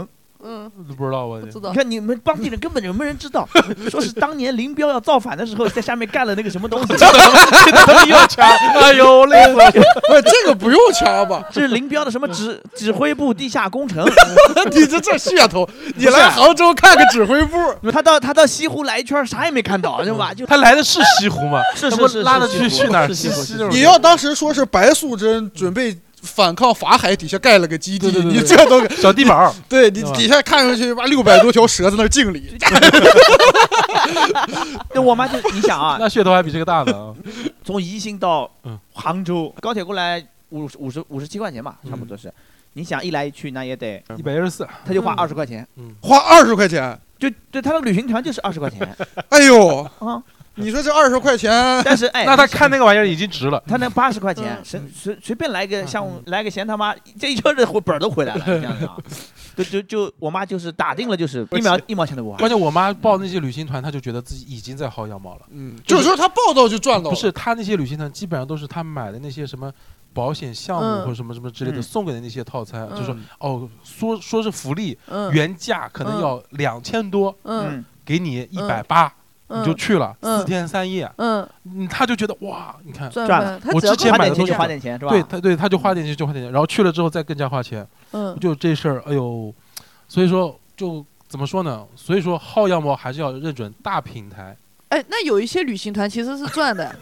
嗯， 不知道我不知道你。看你们当地人根本就没人知道，说是当年林彪要造反的时候，在下面干了那个什么东西， 他要掐，哎呦累死了！ 不是这个不用掐吧？ 这是林彪的什么指指挥部地下工程。 你这这噱头，你来杭州看个指挥部， 他到他到西湖来一圈，啥也没看到，是吧？就他来的是西湖吗？他不是是是拉着去是西湖去哪儿？ 是西湖是西湖西西那种你要当时说是白素贞准备反抗法海，底下盖了个基地， 对对对对你这都小地板儿， 对你对吧底下看上去把六百多条蛇在那儿敬礼， 那我妈就你想啊， 那噱头还比这个大呢啊！ 从宜兴到嗯杭州，高铁过来五五十五十七块钱吧，差不多是。你想一来一去，那也得一百一十四， 他就花二十块钱， 花二十块钱， 就对他的旅行团就是二十块钱哎呦， 啊。 你说这二十块钱， 但是哎， 那他看那个玩意儿已经值了。 他那八十块钱， 嗯随随随便来个像来个闲他妈，这一圈的本儿都回来了，这样子啊。就就就我妈就是打定了，就是一毛一毛钱都不花。 关键我妈报那些旅行团，她就觉得自己已经在薅羊毛了。 嗯，就是说他报道就赚到了， 不是，她那些旅行团基本上都是她买的那些什么保险项目嗯或者什么什么之类的嗯送给的那些套餐， 嗯就说哦，说说是福利， 嗯原价可能要两千多， 嗯嗯， 给你一百八， 嗯， 你就去了嗯四天三夜， 嗯嗯，她就觉得哇，你看。 赚赚了他只要我之前花点钱就买的都是花点钱是吧？ 对他，对他就花点钱就花点钱，然后去了之后再更加花钱， 嗯就这事儿，哎呦，所以说就怎么说呢？所以说薅羊毛还是要认准大平台。 哎，那有一些旅行团其实是赚的。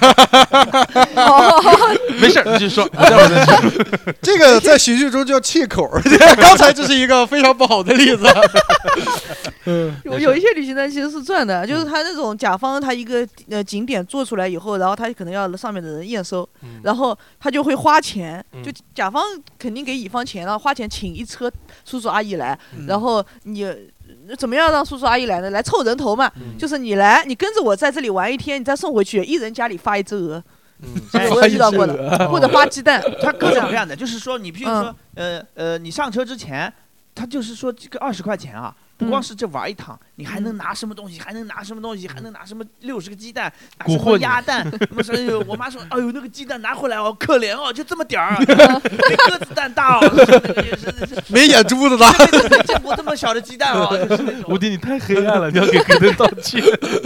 没事儿，你继续说，我待会儿再说。 这个在喜剧中叫气口，刚才这是一个非常不好的例子。 有有一些旅行团其实是赚的，就是他那种甲方他一个呃景点做出来以后，然后他可能要上面的人验收， 嗯然后他就会花钱， 嗯就甲方肯定给乙方钱，然后花钱请一车叔叔阿姨来， 嗯然后你怎么样让叔叔阿姨来呢？来凑人头嘛， 嗯就是你来，你跟着我在这里玩一天，你再送回去，一人家里发一周鹅， 嗯， 哎我也遇到过的，或者发鸡蛋， 他各种各样的，就是说你譬如嗯说呃呃，你上车之前，他就是说这个二十块钱啊。不光是这玩一趟，你还能拿什么东西？还能拿什么东西？还能拿什么六十个鸡蛋？拿什么蛊惑你鸭蛋？什么哎呦，我妈说，哎呦，那个鸡蛋拿回来哦，可怜哦，就这么点儿，比鸽子蛋大哦，那个也是是没眼珠子的， 是没见过这么小的鸡蛋哦，就是那种。 吴迪，你太黑暗了，你要给黑灯道歉。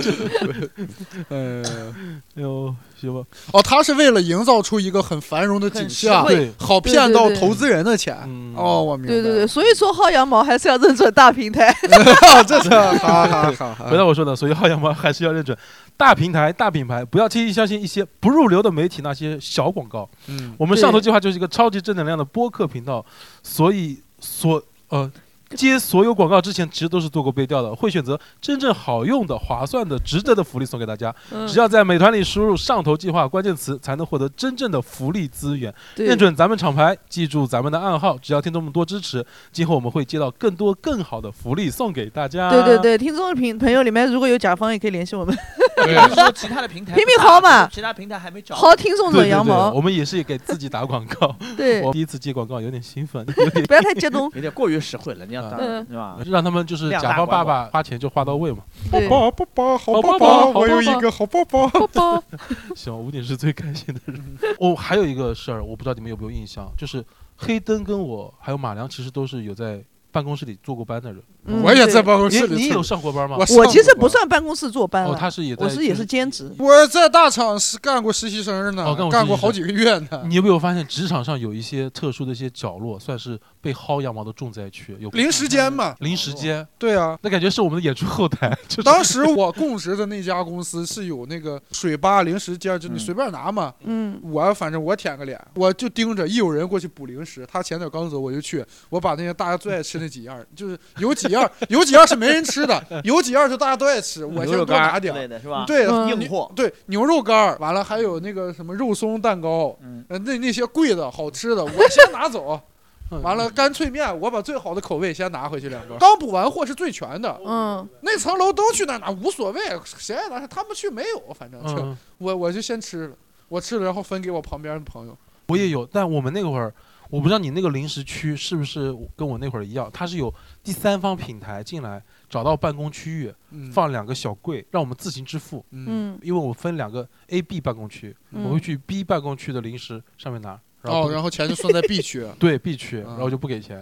嗯， 哎呦，行吧， 哦，他是为了营造出一个很繁荣的景象很实， 对， 好骗到对对对投资人的钱。 嗯， 哦，我明白。 对对对，所以说薅羊毛还是要认准大平台。 对，这是好好好好。 回到我说的，所以薅羊毛还是要认准大平台、大品牌，不要轻易相信一些不入流的媒体那些小广告。 嗯， 我们上头计划就是一个超级正能量的播客频道，所以所呃。接所有广告之前，其实都是做过背调的，会选择真正好用的、划算的、值得的福利送给大家。 嗯只要在美团里输入“上头计划”关键词，才能获得真正的福利资源。 对认准咱们厂牌，记住咱们的暗号，只要听众们多支持，今后我们会接到更多更好的福利送给大家。 对对对，听众朋朋友里面如果有甲方，也可以联系我们， 也就是说，其他的平台拼命薅嘛其他平台还没找。 薅听众对对对， 的羊毛。 我们也是给自己打广告。 对， 我第一次接广告有点兴奋，有点不要太激动。 有点过于实惠了，你要当嗯是吧？ 让他们就是甲方爸爸花钱就花到位嘛。 对， 宝宝宝，好宝宝宝宝， 好我有宝宝一个好宝宝。 宝宝， 行，吴鼎是最开心的人。哦，还有一个事儿，我不知道你们有没有印象，就是黑灯跟我还有马良其实都是有在办公室里做过班的人。 嗯我也在对办公室里。 你你有上过班吗？ 我我其实上过不算办公室坐班哦， 了， 他是也在， 我是也就是兼职。 我在大厂是干过实习生呢， 哦干过实习生干过好几个月呢。 你有没有发现职场上有一些特殊的一些角落，算是被薅羊毛的重灾区？有临时间嘛， 临时间， 对啊。 那感觉是我们的演出后台。就是当时我供职的那家公司是有那个水吧临时间，就你嗯随便拿嘛。 嗯， 我反正我舔个脸，我就盯着一有人过去补零食，他前脚刚走我就去，我把那些大家最爱吃那几样，就是有几样有几样是没人吃的，有几样就大家都爱吃，我先多拿点儿。 之类的是吧？ 对， 嗯你硬货。 对牛肉干儿，完了还有那个什么肉松蛋糕， 嗯， 呃那那些贵的好吃的我先拿走。 嗯完了，干脆面我把最好的口味先拿回去两个。刚补完货是最全的， 嗯， 那层楼都去那拿无所谓，谁爱拿他们去没有，反正就、 嗯， 我我就先吃了，我吃了然后分给我旁边的朋友。 我也有，但我们那会儿，我不知道你那个临时区是不是跟我那会儿一样，它是有第三方品牌进来找到办公区域， 嗯， 放两个小柜，让我们自行支付。 嗯嗯， 因为我分两个 A、B 办公区， 嗯我会去 B 办公区的零食上面拿，然后哦， 不然后钱就算在 B 区。 对 B 区， 嗯然后就不给钱。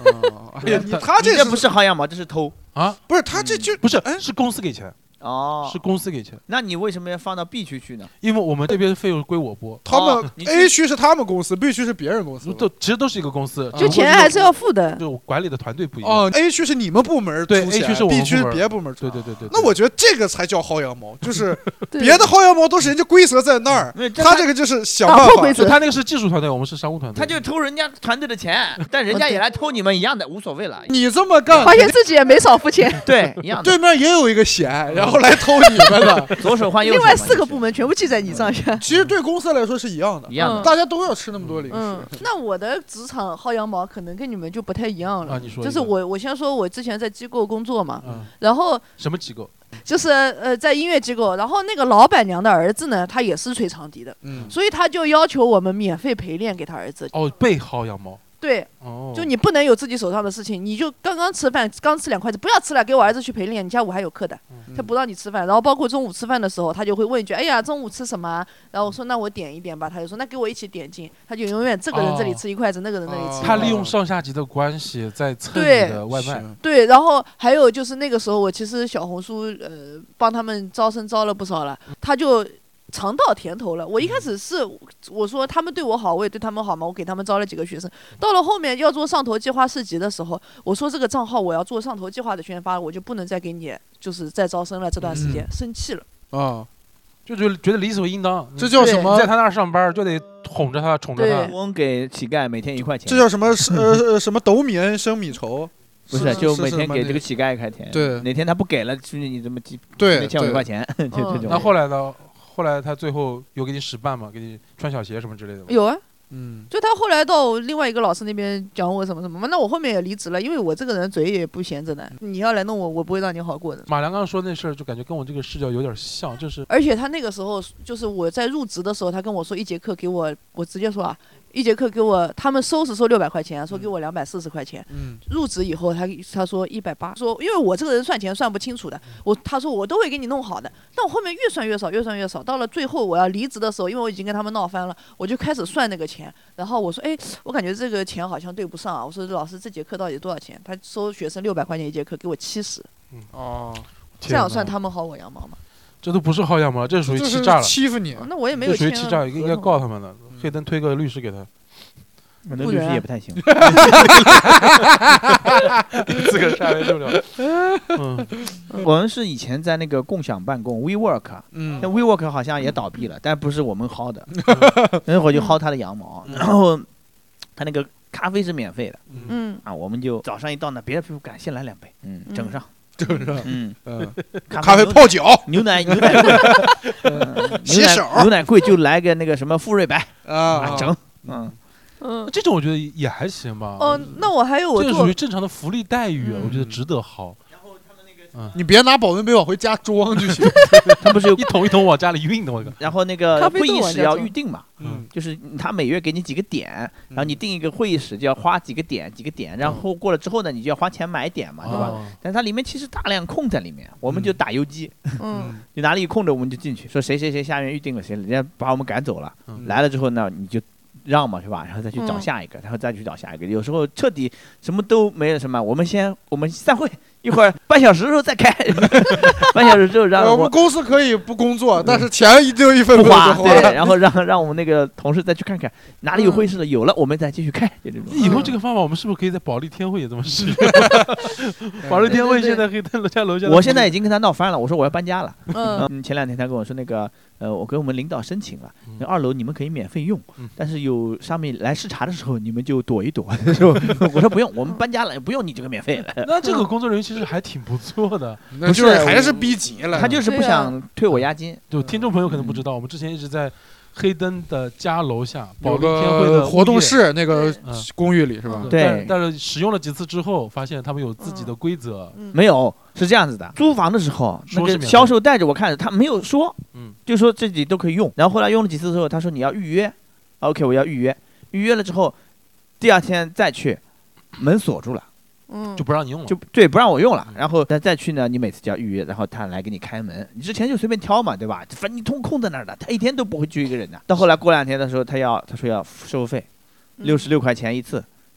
哎呀，你他这这不是薅羊毛，这是偷啊！ 不是他这就不是，是公司给钱。 哦， 是公司给钱。 那你为什么要放到 B 区去呢？ 因为我们这边费用归我拨。 他们 A 区是他们公司 ，B 区是别人公司， 都其实都是一个公司， 就钱还是要付的。 就管理的团队不一样。 哦 ，A 区是你们部门对 ，A 区是我们 ，B 区是别部门。 对对对对。 那我觉得这个才叫薅羊毛，就是别的薅羊毛都是人家规则在那儿，他这个就是想办法。 就他那个是技术团队，我们是商务团队。 他就偷人家团队的钱，但人家也来偷你们一样的，无所谓了。 你这么干， 发现自己也没少付钱。 对，一样的。 对面也有一个闲，然后来偷你们。 左手换右手， 另外四个部门全部记在你上下。 其实对公司来说是一样的， 一样的， 大家都要吃那么多零食。 嗯，那我的职场薅羊毛可能跟你们就不太一样了。 啊，你说。 就是我，我先说，我之前在机构工作嘛，然后什么机构？ 就是呃，在音乐机构，然后那个老板娘的儿子呢，他也是吹长笛的， 嗯， 所以他就要求我们免费陪练给他儿子。 哦，被薅羊毛。 对， 哦， 就你不能有自己手上的事情，你就刚刚吃饭，刚吃两筷子，不要吃了，给我儿子去陪练，你下午还有课的，他不让你吃饭。然后包括中午吃饭的时候，他就会问一句，哎呀，中午吃什么？然后我说那我点一点吧，他就说那给我一起点进，他就永远这个人这里吃一筷子，那个人那里吃一筷子。 他利用上下级的关系在蹭你的外卖。 对，然后还有就是那个时候我其实小红书呃帮他们招生招了不少了，他就。尝到甜头了。我一开始是我说他们对我好，我也对他们好嘛，我给他们招了几个学生。到了后面要做上头计划市集的时候，我说这个账号我要做上头计划的宣发，我就不能再给你就是再招生了。这段时间、嗯、生气了啊， 就觉得觉得理所应当。 这叫什么？ 在他那儿上班就得哄着他，宠着他。 我给乞丐每天一块钱。 这叫什么？呃什么斗米恩升米仇？ 不是，就每天给这个乞丐一块钱。 对， 哪天他不给了，兄弟你怎么记？ 对， 欠我一块钱。就这种。 那后来呢？后来他最后有给你使绊吗？给你穿小鞋什么之类的吗？ 有啊， 嗯， 就他后来到另外一个老师那边讲我什么什么，那我后面也离职了，因为我这个人嘴也不闲着呢。你要来弄我，我不会让你好过的。 马良刚刚说那事儿，就感觉跟我这个视角有点像，就是。 而且他那个时候就是我在入职的时候，他跟我说一节课给我，我直接说啊。一节课给我，他们收是收六百块钱，说给我两百四十块钱。 嗯， 入职以后他他说一百八，说因为我这个人算钱算不清楚的，我他说我都会给你弄好的。但我后面越算越少，越算越少，到了最后我要离职的时候，因为我已经跟他们闹翻了，我就开始算那个钱。然后我说，哎，我感觉这个钱好像对不上啊。我说老师这节课到底多少钱？他收学生六百块钱一节课，给我七十。 嗯哦， 这样算他们薅我羊毛吗？ 这都不是薅羊毛，这属于欺诈了， 欺负你。 那我也没有这属于欺诈，应该告他们的。黑灯推个律师给他。 那律师也不太行， 自个儿下来溜溜。嗯， 我们是以前在那个共享办公 WeWork， 嗯，那 WeWork 好像也倒闭了，但不是我们薅的，那会儿就薅他的羊毛，然后他那个咖啡是免费的，嗯啊，我们就早上一到那，别的师傅敢先来两杯，嗯，整上。 整上， 嗯嗯，咖啡泡脚， 牛奶牛奶贵， 洗手， 牛奶贵就来个那个什么富瑞白啊， 整，嗯。 嗯，这种我觉得也还行吧。 哦，那我还有我这属于正常的福利待遇啊，我觉得值得薅。 然后他们那个， 你别拿保温杯往回加装就行。 他不是有一桶一桶往家里运的，我靠。 然后那个会议室要预定嘛， 嗯， 就是他每月给你几个点，然后你定一个会议室就要花几个点，几个点，然后过了之后呢，你就要花钱买点嘛，对吧？但是它里面其实大量空在里面，我们就打游击，嗯，你哪里空着我们就进去，说谁谁谁下面预定了，谁人家把我们赶走了，来了之后呢，你就。让嘛是吧？然后再去找下一个，嗯、然后再去找下一个。有时候彻底什么都没了，什么我们先我们散会，一会儿半小时之后再开。半小时之后让我, 我们公司可以不工作，嗯、但是钱一定一分不花。对，然后让让我们那个同事再去看看哪里有会议室了，有了我们再继续开。就这种。 以后这个方法我们是不是可以在保利天汇也这么使用？保利天汇现在可以在楼下楼下。 我现在已经跟他闹翻了，我说我要搬家了。嗯，前两天他跟我说那个。呃，我跟我们领导申请了，那二楼你们可以免费用，嗯、但是有上面来视察的时候，你们就躲一躲。我说不用，我们搬家了，不用你这个免费了。 那这个工作人员其实还挺不错的， 不是还是逼急了， 他就是不想退我押金。 就听众朋友可能不知道，我们之前一直在黑灯的家楼下保利天汇的活动室那个公寓里是吧？ 对， 但是使用了几次之后，发现他们有自己的规则， 没有。是这样子的，租房的时候，那个销售带着我看着，他没有说，嗯，就说这里都可以用。然后后来用了几次之后，他说你要预约 ，OK， 我要预约。预约了之后，第二天再去，门锁住了， 嗯， 就不让你用了， 就对，不让我用了。然后再再去呢，你每次就要预约，然后他来给你开门。你之前就随便挑嘛，对吧？反正你通空在那儿的，他一天都不会拒一个人的。到后来过两天的时候，他要他说要收费，六十六块钱一次。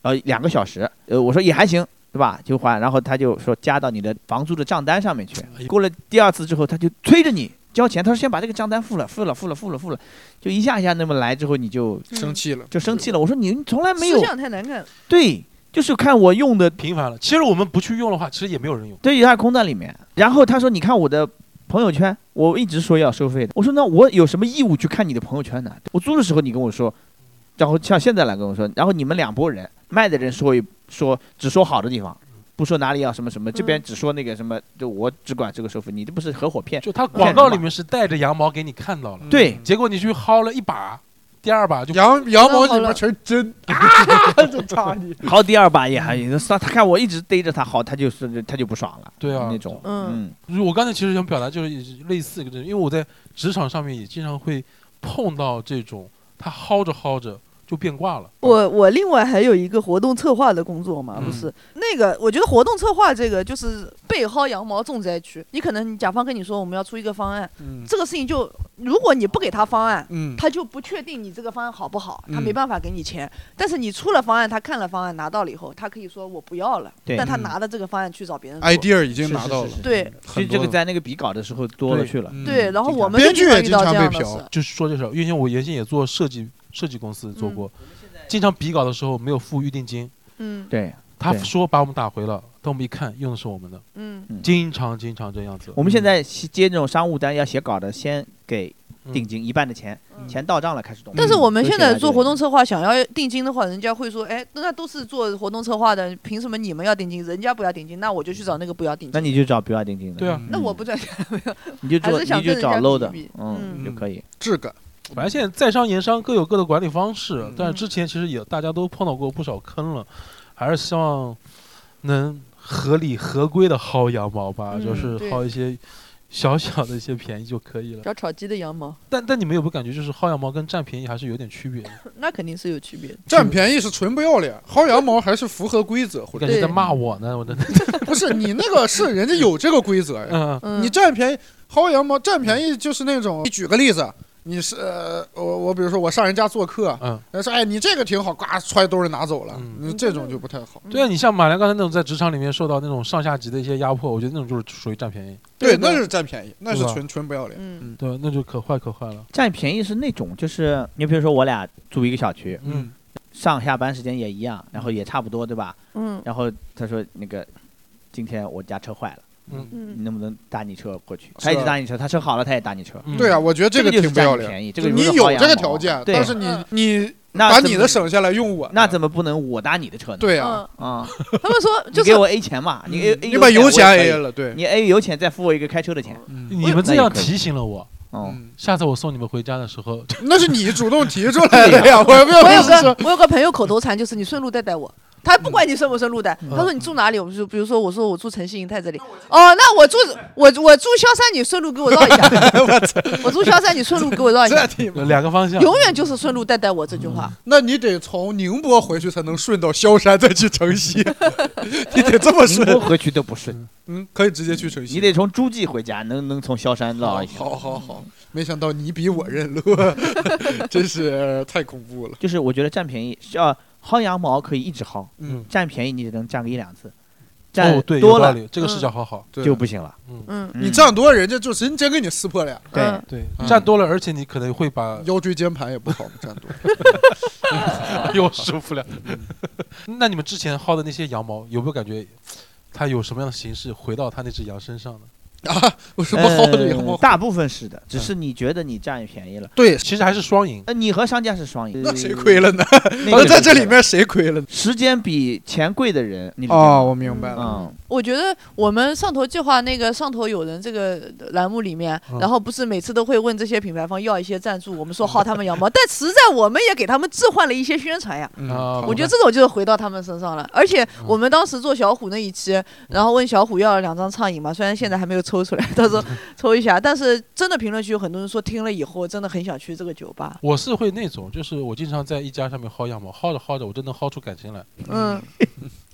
呃两个小时，呃我说也还行。对吧？就还，然后他就说加到你的房租的账单上面去。过了第二次之后，他就催着你交钱。他说先把这个账单付了，付了，付了，付了，付了，就一下一下那么来之后，你就生气了， 就生气了。我说你你从来没有， 思想太难看。 对，就是看我用的频繁了。其实我们不去用的话，其实也没有人用。 对，它空在里面。然后他说你看我的朋友圈，我一直说要收费的。我说那我有什么义务去看你的朋友圈呢？我租的时候你跟我说，然后像现在来跟我说，然后你们两拨人，卖的人说一说只说好的地方。不说哪里要什么什么，这边只说那个什么，就我只管这个收费，你这不是合伙骗？ 就他广告里面是带着羊毛给你看到了， 对， 结果你去薅了一把，第二把就羊羊毛里面全是针，啊，就插你。 薅第二把也还，他看我一直逮着他薅，他就是他就不爽了， 对啊， 那种， 嗯， 我刚才其实想表达就是类似一个，因为我在职场上面也经常会碰到这种，他薅着薅着。就变卦了。 我我另外还有一个活动策划的工作嘛， 嗯、 不是那个，我觉得活动策划这个就是被薅羊毛重灾区。你可能甲方跟你说我们要出一个方案，嗯、这个事情就如果你不给他方案，嗯、他就不确定你这个方案好不好，他没办法给你钱。嗯、但是你出了方案，他看了方案拿到了以后，他可以说我不要了，但他拿着这个方案去找别人做。 idea 已经拿到了， 对， 所以这个在那个比稿的时候多了去了。 对，然后我们编剧也遇到这样的事， 就是说这事，因为我原先也做设计。设计公司做过，嗯、经常比稿的时候没有付预定金。 嗯， 对， 他说把我们打回了，但我们一看用的是我们的。 嗯， 经常经常这样子。 我们现在接这种商务单要写稿的，先给定金、嗯、一半的钱，嗯、钱到账了开始动。 但是我们现在做活动策划，想要定金的话，人家会说，哎，那都是做活动策划的，凭什么你们要定金，人家不要定金？那我就去找那个不要定金。 那你就找不要定金的。 对啊， 那我不赚钱，没有， 你就做，你就找 low 的，嗯， 嗯就可以。 质感。 反正现在在商言商各有各的管理方式，嗯、但是之前其实也大家都碰到过不少坑了，还是希望能合理合规的薅羊毛吧，嗯、就是薅一些小小的一些便宜就可以了。 小炒鸡的羊毛。 但但你们有没有感觉，就是薅羊毛跟占便宜还是有点区别的？ 那肯定是有区别的。 占便宜是纯不要脸，薅羊毛还是符合规则。或者感觉在骂我呢，我的不是你那个是人家有这个规则呀。嗯嗯。你占便宜薅羊毛，占便宜就是那种，你举个例子。你是呃，我我比如说我上人家做客，嗯，人说哎你这个挺好，呱揣兜里拿走了，嗯，这种就不太好。 对啊，你像马良刚才那种在职场里面受到那种上下级的一些压迫，我觉得那种就是属于占便宜。 对，那是占便宜，那是纯纯不要脸。 嗯， 对，那就可坏可坏了。 占便宜是那种，就是你比如说我俩住一个小区，嗯，上下班时间也一样，然后也差不多，对吧？嗯，然后他说那个今天我家车坏了。嗯，你能不能搭你车过去？他一直搭你车，他车好了他也搭你车。 对啊，我觉得这个挺不要脸。 便宜，这个你有这个条件，但是你你把你的省下来用我， 那怎么不能我搭你的车呢？ 对啊， 啊， 他们说就是给我 A 钱嘛，你 A 你把油钱 A 了，对， 你 A 油钱再付我一个开车的钱。 你们这样提醒了我。 哦， 下次我送你们回家的时候， 那是你主动提出来的呀。我有我有个我有个朋友口头禅就是你顺路带带我。他不管你顺不顺路的，他说你住哪里，我就比如说我说我住城西银泰这里，哦，那我住我我住萧山，你顺路给我绕一下。我住萧山，你顺路给我绕一下。 两个方向， 永远就是顺路带带我这句话。 那你得从宁波回去才能顺到萧山，再去城西。你得这么顺。 宁波回去都不顺， 嗯，可以直接去城西。 你得从诸暨回家，能能从萧山绕一下。 好好好，没想到你比我认路，真是太恐怖了。 就是我觉得占便宜要。薅羊毛可以一直薅，嗯，占便宜你只能占个一两次，占多了， 这个视角好好就不行了。 嗯，你占多，人家就真真给你撕破脸。 对对，占多了，而且你可能会把腰椎间盘也不好，占多又舒服了。那你们之前薅的那些羊毛，有没有感觉它有什么样的形式回到它那只羊身上呢？ 啊，为什么薅的羊毛？ 呃、大部分是的，只是你觉得你占便宜了。 对， 其实还是双赢。 呃，你和商家是双赢。 那谁亏了呢？那在这里面谁亏了呢？ 时间比钱贵的人，你哦，我明白了。 嗯， 我觉得我们上头计划那个上头有人这个栏目里面，嗯、然后不是每次都会问这些品牌方要一些赞助，我们说薅他们羊毛，但实在我们也给他们置换了一些宣传呀。嗯、我觉得这种就是回到他们身上了。而且我们当时做小虎那一期，然后问小虎要了两张畅饮嘛，虽然现在还没有抽出来，到时候抽一下。但是真的评论区有很多人说听了以后真的很想去这个酒吧。 我是会那种，就是我经常在一家上面薅羊毛，薅着薅着我真的薅出感情来。 嗯，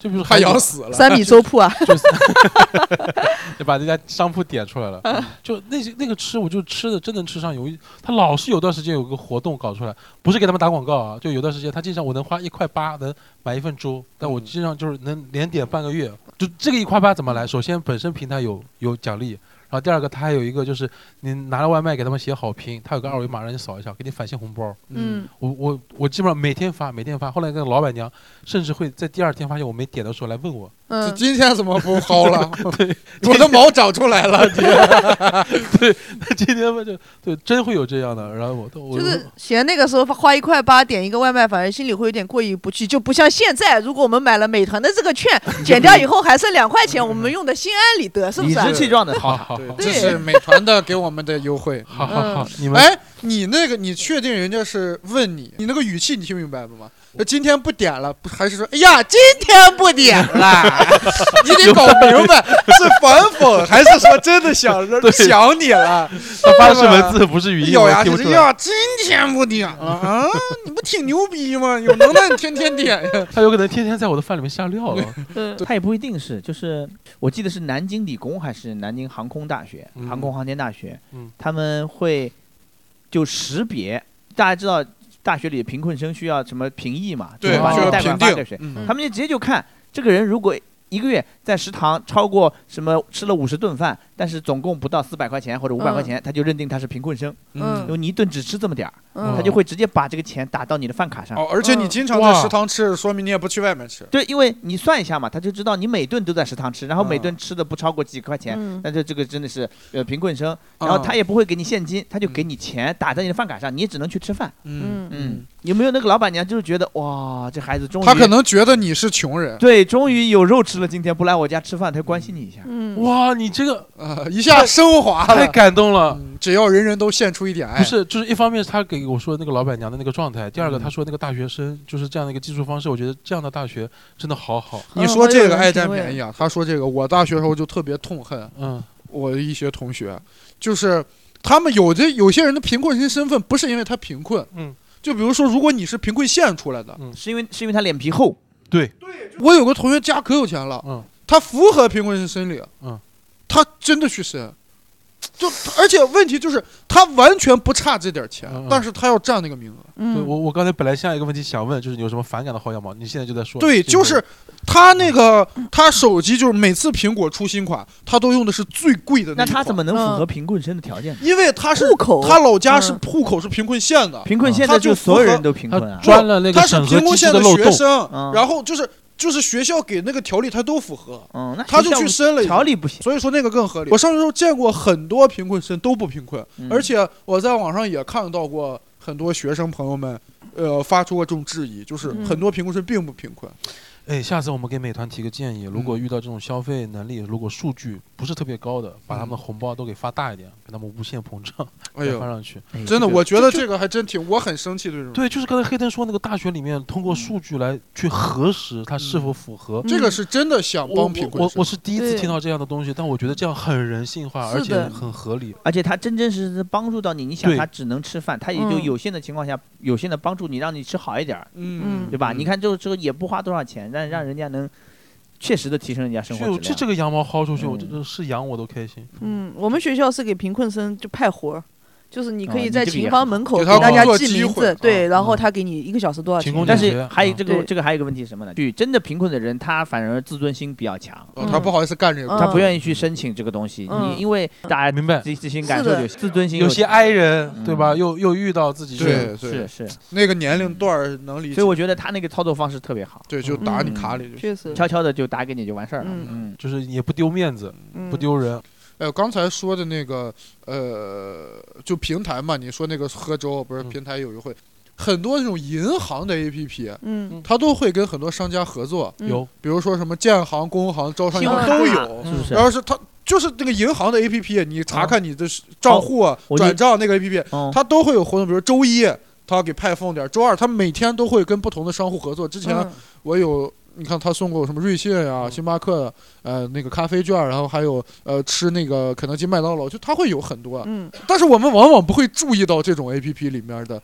就比如怕养死了。 三米粥铺啊， 就是就把那家商铺点出来了。就那些那个吃，我就吃的真能吃上。有一他老是有段时间有个活动搞出来，不是给他们打广告啊，就有段时间他经常我能花一块八能买一份粥，但我经常就是能连点半个月。就这个一块八怎么来？首先本身平台有有奖励。然后第二个，它还有一个就是你拿了外卖给他们写好评，它有个二维码让你扫一下，给你返现红包。 嗯， 我我我基本上每天发，每天发。后来那个老板娘甚至会在第二天发现我没点的时候来问我， 嗯， 今天怎么不薅了？ 对， 我的毛长出来了。 对，那今天嘛就对，真会有这样的。然后我我就是嫌那个时候花一块八点一个外卖，反正心里会有点过意不去，就不像现在，如果我们买了美团的这个券，减掉以后还剩两块钱，我们用的心安理得，是不是？ 理直气壮的， 好好。 这是美团的给我们的优惠。 好好好，你们哎，你那个你确定人家是问你，你那个语气你听明白了吗？今天不点了，不还是说哎呀今天不点了？你得搞明白是反讽还是说真的想想你了？ 他发的是文字不是语音， 咬牙切齿呀，今天不点了啊？你不挺牛逼吗？有能耐你天天点呀。 他有可能天天在我的饭里面下料了。 嗯，他也不一定是，就是我记得是南京理工还是南京航空大学、 嗯、 航空航天大学， 嗯， 他们会就识别，大家知道大学里的贫困生需要什么评议嘛？ 对， 把这个贷款发给谁？ 嗯、 他们就直接就看这个人如果一个月在食堂超过什么吃了五十顿饭，但是总共不到四百块钱或者五百块钱，嗯、他就认定他是贫困生。 嗯， 因为你一顿只吃这么点儿， 嗯、 他就会直接把这个钱打到你的饭卡上。 哦，而且你经常在食堂吃，说明你也不去外面吃。 对，因为你算一下嘛，他就知道你每顿都在食堂吃，然后每顿吃的不超过几块钱， 嗯、 那就这个真的是呃贫困生。然后他也不会给你现金，他就给你钱打在你的饭卡上，你也只能去吃饭。 嗯嗯，有没有那个老板娘就是觉得哇，这孩子终于他可能觉得你是穷人， 对，终于有肉吃了，今天不来我家吃饭，他关心你一下。 嗯， 哇，你这个呃一下升华了， 太感动了。 嗯、只要人人都献出一点爱， 不是，就是一方面是他给我说那个老板娘的那个状态，第二个他说那个大学生就是这样的一个技术方式，我觉得这样的大学真的好好。 你说这个爱占便宜啊？他说这个，我大学时候就特别痛恨，嗯，我的一些同学，就是他们有的有些人的贫困生身份不是因为他贫困，嗯，就比如说如果你是贫困县出来的， 嗯，是因为是因为他脸皮厚。 对， 我有个同学家可有钱了，嗯，他符合贫困生申领，嗯，他真的去申，就而且问题就是他完全不差这点钱，嗯嗯，但是他要占那个名额。 嗯，对，我我刚才本来下一个问题想问，就是你有什么反感的薅羊毛？你现在就在说。 对，就是他那个他手机就是每次苹果出新款，他都用的是最贵的那。 那他怎么能符合贫困生的条件呢？ 因为他是户口， 他老家是户口是贫困县的， 贫困县的就所有人都贫困啊， 钻了那个审核机制的漏洞。 他是贫困县的学生，然后就是。就是学校给那个条例他都符合， 嗯，那他就去申了， 条例不行， 所以说那个更合理。我上学时候见过很多贫困生都不贫困，嗯、而且我在网上也看到过很多学生朋友们，呃，发出过这种质疑，就是很多贫困生并不贫困。 哎，下次我们给美团提个建议，如果遇到这种消费能力，如果数据不是特别高的，把他们的红包都给发大一点，给他们无限膨胀， 哎呦， 发上去。 真的，我觉得这个还真挺，我很生气的这种。 对，就是刚才黑灯说那个大学里面通过数据来去核实它是否符合， 这个是真的想帮贫困生。我我是第一次听到这样的东西，但我觉得这样很人性化，而且很合理， 而且它真真实实帮助到你。你想，他只能吃饭，他也就有限的情况下，有限的帮助你，让你吃好一点，嗯，对吧？你看，就这个也不花多少钱，但让人家能。确实的提升人家生活质量。 这这个羊毛薅出去，我这是羊我都开心。 嗯，我们学校是给贫困生就派活，就是你可以在哦琴房门口给大家记名字，对，然后他给你一个小时多少钱。 但是还有这个这个还有一个问题是什么呢？真的贫困的人，他反而自尊心比较强， 他不好意思干这个， 他不愿意去申请这个东西。你因为大家明白自行感受有自尊心， 有些哀人，对吧？又又遇到自己对是是那个年龄段能理解， 所以我觉得他那个操作方式特别好。 对，就打你卡里， 确实悄悄的就打给你就完事儿了， 嗯，就是也不丢面子，不丢人。 哎，刚才说的那个，呃，就平台嘛，你说那个喝粥不是平台有优惠，嗯、很多那种银行的 A P P， 嗯，它都会跟很多商家合作， 有、嗯， 比如说什么建行、工行、招商银行都有， 是不是？ 然后是它就是那个银行的 A P P， 你查看你的账户、啊哦、转账那个 A P P，、哦、它都会有活动，比如周一它给派送点，周二它每天都会跟不同的商户合作。之前我有。嗯你看他送过什么瑞幸呀、星巴克，呃，那个咖啡券，然后还有呃吃那个肯德基、麦当劳，就他会有很多。嗯。但是我们往往不会注意到这种 A P P 里面的是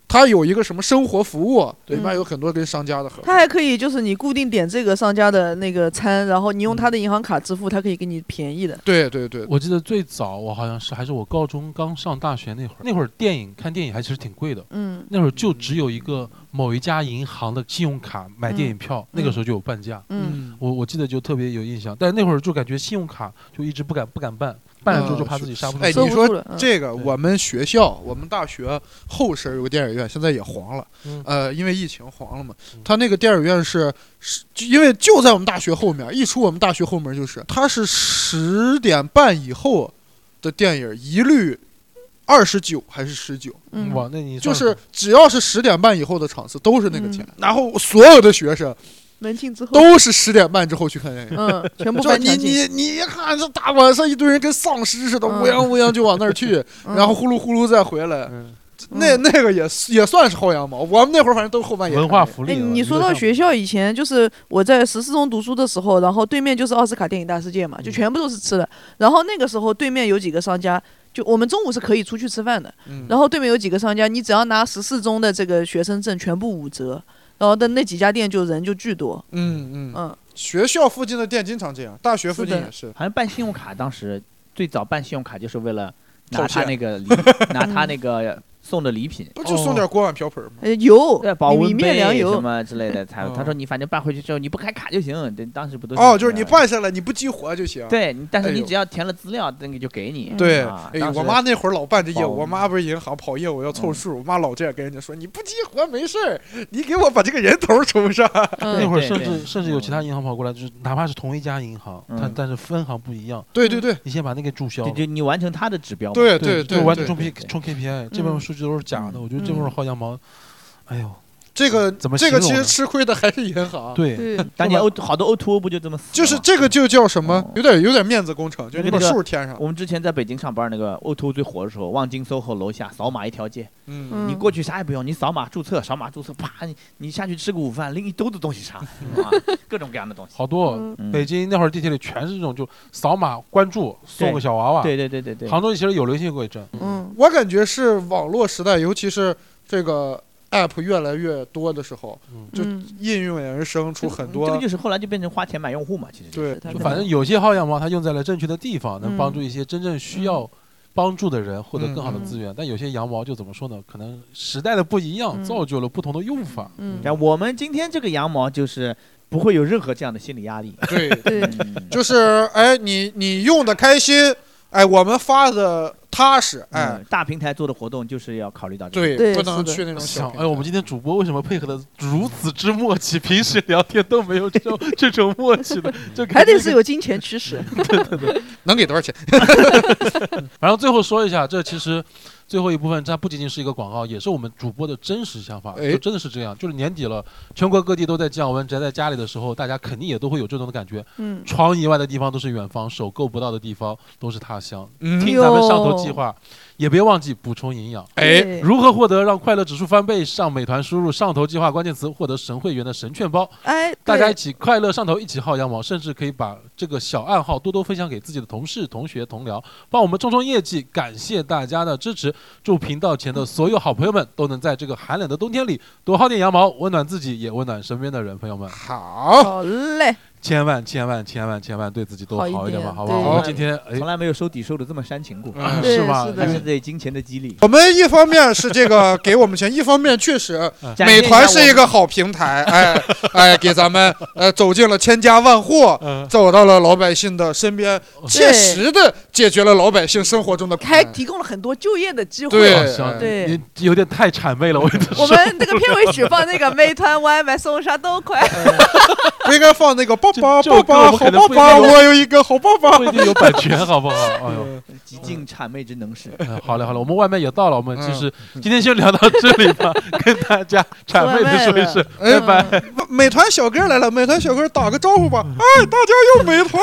它有一个什么生活服务，里面有很多跟商家的合作。 它还可以就是你固定点这个商家的那个餐，然后你用他的银行卡支付，它可以给你便宜的。 对对对， 我记得最早我好像是还是我高中刚上大学那会儿，那会儿电影看电影还其实挺贵的。 嗯， 那会儿就只有一个某一家银行的信用卡买电影票，嗯、那个时候就有半价。 嗯， 我我记得就特别有印象，但是那会儿就感觉信用卡就一直不敢不敢办。办了之后就怕自己刹不住。 哎，你说这个，我们学校，我们大学后身有个电影院，现在也黄了。 嗯、 呃，因为疫情黄了嘛。他那个电影院是，是因为就在我们大学后面，一出我们大学后门就是，它是十点半以后的电影一律二十九还是十九？ 嗯， 哇，那你就是只要是十点半以后的场次都是那个钱，嗯、然后所有的学生。 门禁之后都是十点半之后去看电影， 嗯，全部翻你你你一看这大晚上一堆人跟丧尸似的，乌泱乌泱就往那儿去， 嗯、 然后呼噜呼噜再回来， 嗯、 那那个也也算是薅羊毛。我们那会儿反正都后半夜。 文化福利。 哎，你说到学校以前，就是我在十四中读书的时候，然后对面就是奥斯卡电影大世界嘛，就全部都是吃的。然后那个时候对面有几个商家。就我们中午是可以出去吃饭的， 嗯、 然后对面有几个商家，你只要拿十四中的这个学生证，全部五折。然后的那几家店就人就巨多， 嗯嗯嗯， 学校附近的店经常这样，大学附近也是。 好像办信用卡，当时最早办信用卡就是为了拿他那个拿他那个送的礼品， 不就送点锅碗瓢盆吗？ 呃，油， 对，保温杯什么之类的。他他说你反正办回去之后你不开卡就行，这当时不都是哦，就是你办下来你不激活就行。 对，但是你只要填了资料，那个就给你。 对， 啊、 哎，我妈那会儿老办这业务，我妈不是银行跑业务要凑数，我妈老这样跟人家说，你不激活没事儿，你给我把这个人头充上。 那会儿甚至甚至有其他银行跑过来，就是哪怕是同一家银行，它但是分行不一样。 对对对， 你先把那个注销， 就你完成他的指标。 对对对， 就完成冲 K 冲 K P I，这部分数据都是假的，我觉得。这会儿薅羊毛，哎呦， 这个怎么这个其实吃亏的还是银行。 对， 当年 O 好多 O to O 不就这么死？ 就是这个就叫什么？有点有点面子工程，就你把数填上。 我们之前在北京上班，那个 O to O 最火的时候，望京 S O H O 楼下扫码一条街， 嗯， 你过去啥也不用，你扫码注册，扫码注册，啪，你你下去吃个午饭，拎一兜子东西上，各种各样的东西。 好多，北京那会儿地铁里全是这种，就扫码关注送个小娃娃。 对对对对对。 杭州其实有流行过一阵。 嗯，我感觉是网络时代，尤其是。这个 app 越来越多的时候，就应运而生出很多。 这个就是后来就变成花钱买用户嘛，其实。 对， 就反正有些薅羊毛，它用在了正确的地方，能帮助一些真正需要帮助的人获得更好的资源。但有些羊毛就怎么说呢？可能时代的不一样，造就了不同的用法。 嗯，我们今天这个羊毛就是不会有任何这样的心理压力。 对对，就是哎，你你用的开心。哎，我们发的踏实，哎、 嗯，大平台做的活动就是要考虑到这个， 对， 不能去那种小。 哎，我们今天主播为什么配合的如此之默契？平时聊天都没有这种这种默契的，就还得是有金钱驱使。 对对对， 能给多少钱？ 然后最后说一下，这其实。最后一部分，它不仅仅是一个广告，也是我们主播的真实想法，就真的是这样。就是年底了，全国各地都在降温，宅在家里的时候，大家肯定也都会有这种的感觉。 嗯， 床以外的地方都是远方，手够不到的地方都是他乡。 嗯、 听咱们上头计划，也别忘记补充营养。 哎， 如何获得让快乐指数翻倍？上美团输入上头计划关键词，获得神会员的神券包。 哎， 大家一起快乐上头，一起薅羊毛，甚至可以把这个小暗号多多分享给自己的同事、同学、同僚，帮我们冲冲业绩。感谢大家的支持，祝频道前的所有好朋友们都能在这个寒冷的冬天里多薅点羊毛，温暖自己，也温暖身边的人。朋友们， 好， 好嘞。 千万千万千万千万对自己都好一点吧，好不好？我们今天从来没有收底收的这么煽情过， 嗯、是吧？ 还是对金钱的激励。 我们一方面是这个给我们钱，一方面确实美团是一个好平台，哎哎，给咱们呃走进了千家万户，走到了老百姓的身边，切实的解决了老百姓生活中的困难， 还提供了很多就业的机会。 对对， 你有点太谄媚了，我我们那个片尾曲放那个美团外卖送啥都快， 不应该放那个爸爸爸爸好爸爸，我有一个好爸爸， 不一定有版权，好不好？哎呦， 极尽谄媚之能事。 好嘞好嘞，我们外卖也到了，我们其实今天先聊到这里吧，跟大家谄媚的说一声拜拜。 美团小哥来了，美团小哥打个招呼吧，哎，大家用美团。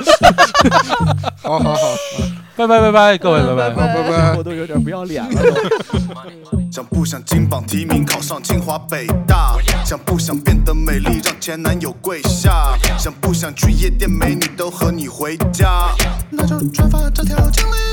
好好好， 拜拜拜拜，各位拜拜， 好拜拜。 我都有点不要脸了。 想不想金榜题名考上清华北大？想不想变得美丽让前男友跪下？想不想去夜店美女都和你回家？那就转发这条经历。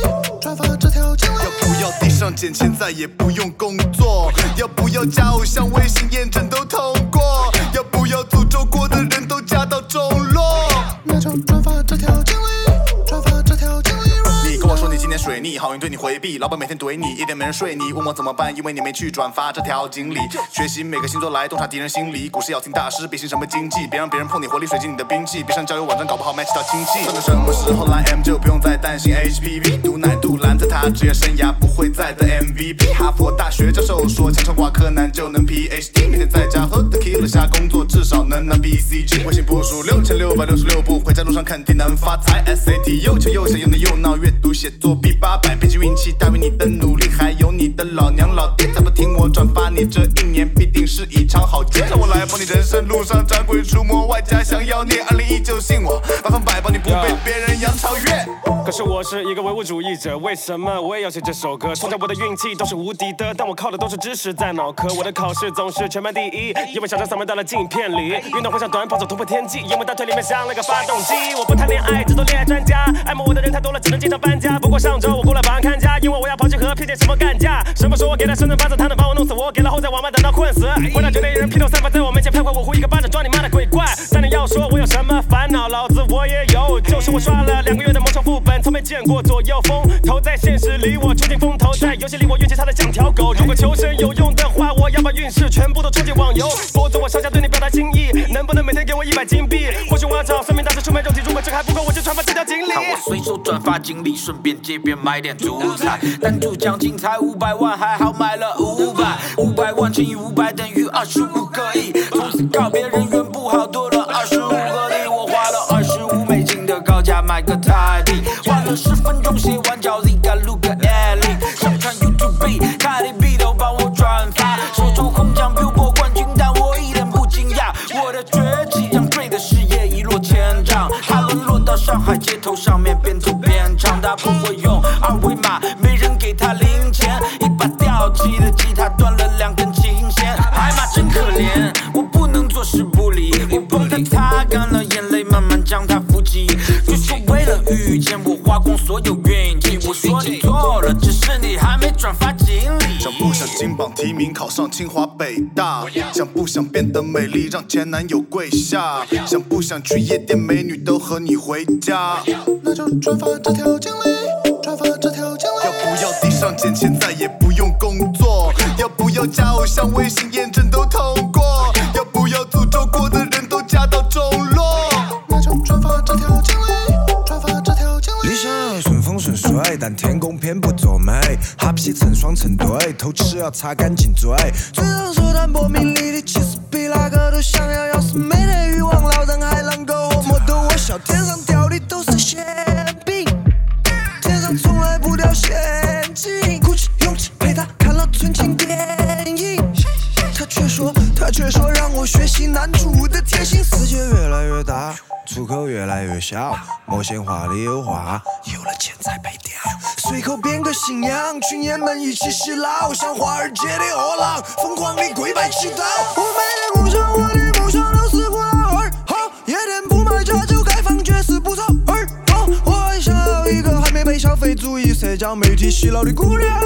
转发这条经历。要不要地上捡钱再也不用工作？要不要加偶像微信验证都通过？要不要诅咒过的人都加到中落？那就转发这条经历，转发这条经历。你跟我说你今年水逆，好运对你回避，老板每天怼你，一点没人睡你，问我怎么办？因为你没去转发这条经历。学习每个星座来洞察敌人心理，股市要听大师，别信什么经济，别让别人碰你活力水晶你的兵器，别上交友网站搞不好 match 到亲戚。等什么时候来 M 就不用再担心 H P V， 毒奶杜兰在他职业生涯不会再得 M V P。哈佛大学教授说强成挂科难就能 P H D， 每天在家喝tequila下工作至少能拿 B C G。微信步数六千六百六十六步，回家路上肯定能发财。S A T 又穷又闲又能又闹，阅读写作必八百，编辑运气大于你的努力，还有你的老娘老爹再不听我转发，你这一年必定是一场好劫。让我来帮你人生路上斩鬼除魔，外加想要你二零一九信我，百分百帮你不被别人扬超越。 可是我是一个唯物主义者，为什么我也要写这首歌？从小我的运气都是无敌的，但我靠的都是知识在脑壳。我的考试总是全班第一，因为小张嗓门到了镜片里。运动会上短跑走突破天际，因为大腿里面镶了个发动机。我不谈恋爱，只做恋爱专家，爱慕我的人太多了，只能经常搬家。不过上周我雇了保安看家，因为我要跑去和骗见什么干架。什么时候我给他生辰八字，他能把我弄死？我给了后在网吧等到困死。回到酒店，人披头散发在我面前徘徊，我呼一个巴掌抓你妈的鬼怪。但你要说我有什么烦恼，老子我也有，就是我刷了两个月的魔兽副本，从没见过左右风头。在现实里我出尽风头，在游戏里我运气差得像条狗。如果求生有用的话，我要把运势全部都冲进网游。否则我上下对你表达心意，能不能每天给我一百金币？或许我要找算命大师出卖肉体，如果这还不够，我就转发这条锦鲤。 看我随手转发锦鲤，顺便街边买点主菜，单注奖金才五百万，还好买了五百，五百万乘以五百等于二十五个亿。从此告别人缘不好，多了二十五个亿。我花了二十五美金的高价买个泰迪，花了十分钟写完叫 Zika Luka Ellie， 上传 YouTube， 卡迪 B 都帮我转发，手中红奖 Billboard 冠军，但我一点不惊讶。我的崛起让 Dre 的事业一落千丈，他沦落到上海街头上面边走边唱，他不会用二维码，没人给他零钱，一把掉漆的吉他断了两根琴弦，海马真可怜，我不能坐视不理，我帮他擦干了眼泪，慢慢将他扶起。据说为了遇见我，花光所有运气，我说你错了，只是你还没转发锦鲤。 想不想金榜题名，考上清华北大？想不想变得美丽，让前男友跪下？想不想去夜店，美女都和你回家？那就转发这条经历，转发这条经历。要不要地上捡钱再也不用工作？要不要加偶像微信验证都通过？要不要诅咒过的人都加到中落？那就转发这条经历，转发这条经历。 理想顺风顺水，但天公偏不作美。哈皮成双成对，偷吃要擦干净嘴。嘴上说淡泊名利的，其实比哪个都想要。要是没得欲望，老人还能够活么逗我笑？天上掉的都是馅饼，天上从来不掉陷阱。鼓起勇气陪他看了纯情电影，他却说，他却说让我学习男主的贴心。世界越来越大，出口越来越小，魔仙话里有话，有了钱才配调。随口编个信仰，群爷们一起洗脑，像华尔街的饿狼，疯狂地跪拜祈祷。我没的梦想，我的梦想都是古老二好，夜店不买假酒，开放爵士不炒二好。我还想要一个还没被消费主义社交媒体洗脑的姑娘。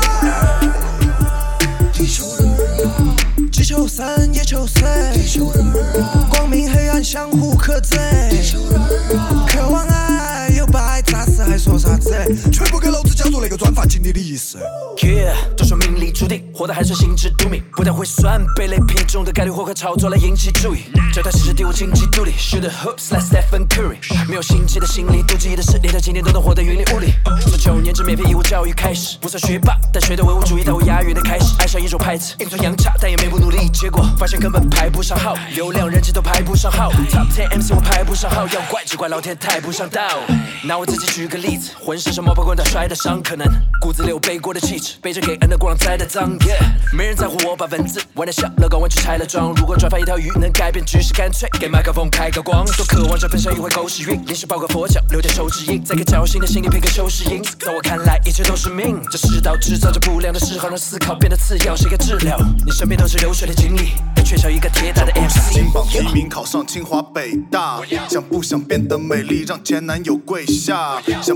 地球人啊，既求生也求死，地球人啊，光明黑暗相互克制，地球人啊，渴望爱又把爱砸死，还说啥子？全部给老子叫做那个转发锦鲤的意思。Yeah， 都说命里注定，活得还算心知肚明，不太会算被雷劈中的概率或和操作来引起注意。这段时间我经济独立 ，Shoot the hoops like Stephen Curry， 没有心机的心理，妒忌的实力，到今天都能获得云里雾里。从九年制免费义务教育开始，不算学霸，但学的唯物主义到我押韵的开始，爱上一种牌子，硬装洋叉，但也没不努力，结果发现根本排不上号，流量人气都排不上号 ，Top ten M C 我排不上号，要怪只怪老天太不上道。拿我自己举个例子，浑身什么包棍打摔的伤，可能骨子里有背锅的气质，背着给 N 的光栽的脏 ，Yeah， 没人在乎我把文字玩得像乐高玩具拆了装。如果转发一条鱼能改变局势，干脆给麦克风开个光。多渴望着分享一回狗屎运，临时抱个佛脚，留点手指印，再给侥幸的心里配个修饰音。在我看来，一切都是命，这世道制造着不良的嗜好，让思考变得次要，谁该治疗？你身边都是流水的经历，但缺少一个铁打的 M C。 金榜题名，考上清华北大，想不想变得美丽，让前男友跪下？想不想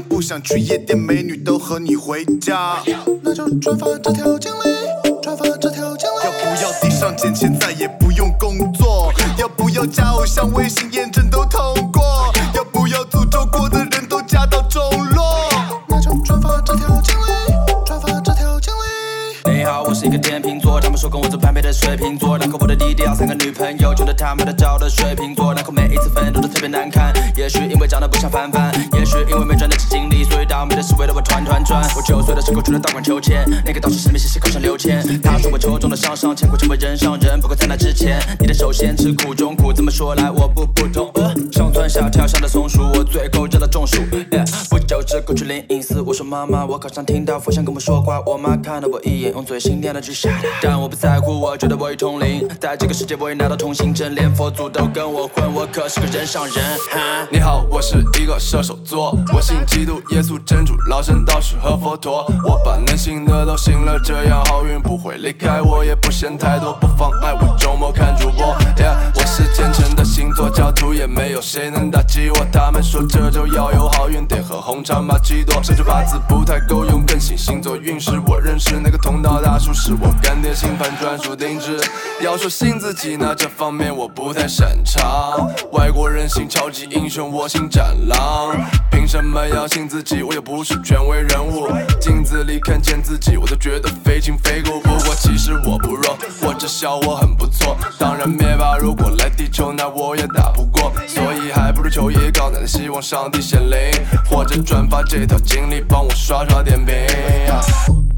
去夜店，美女都和你回家。那就转发这条经历，转发这条经历。要不要地上捡钱，再也不用工作？要不要加偶像微信验证都通过？要不要诅咒过的人都家道中落？那就转发这条经历，转发这条经历。 你好，我是一个天秤座，他们说跟我做般配的水瓶座，然后我的低调三个女朋友，穷得他们都找的水瓶座，然后每一次奋斗都特别难看。也许因为长得不像凡凡，也许因为没赚得起经历，所以倒霉的是为了我团团转。我九岁的时候去了道馆求签，那个道士神秘兮兮口上留签，他说我抽中了上上签，会成为人上人。不过在那之前，你得首先吃苦中苦。这么说来我不普通，呃，上蹿下跳像的松鼠，我最后真的中暑。Yeah, 不久之后去灵隐寺，我说妈妈，我好像听到佛像跟我说话。我妈看了我一眼，用最心念的句下的，但我不在乎，我觉得我已通灵，在这个世界我已拿到通行证，连佛祖都跟我混，我可是个人上人。哈， 你好，我是一个射手座，我信基督耶稣真主老神道士和佛陀，我把能信的都信了，这样好运不会离开我，也不嫌太多，不妨碍我周末看主播。Yeah, 我是虔诚的星座教徒，也没有谁能打击我。他们说这周要有好运，得喝红茶玛奇朵，甚至八字不太够用，更信星座运势。我认识那个通道大叔，是我干爹星盘专属定制。要说信自己呢，这方面我不太擅长。外国人信超级英雄，我信战狼。凭什么要信自己？我又不是权威人物。镜子里看见自己，我都觉得非亲非故。不过其实我不弱，我只笑我很不错。当然灭霸如果来地球，那我也打不过。所以还不如求一高难，希望上帝显灵，或者转发这条经历，帮我刷刷点评。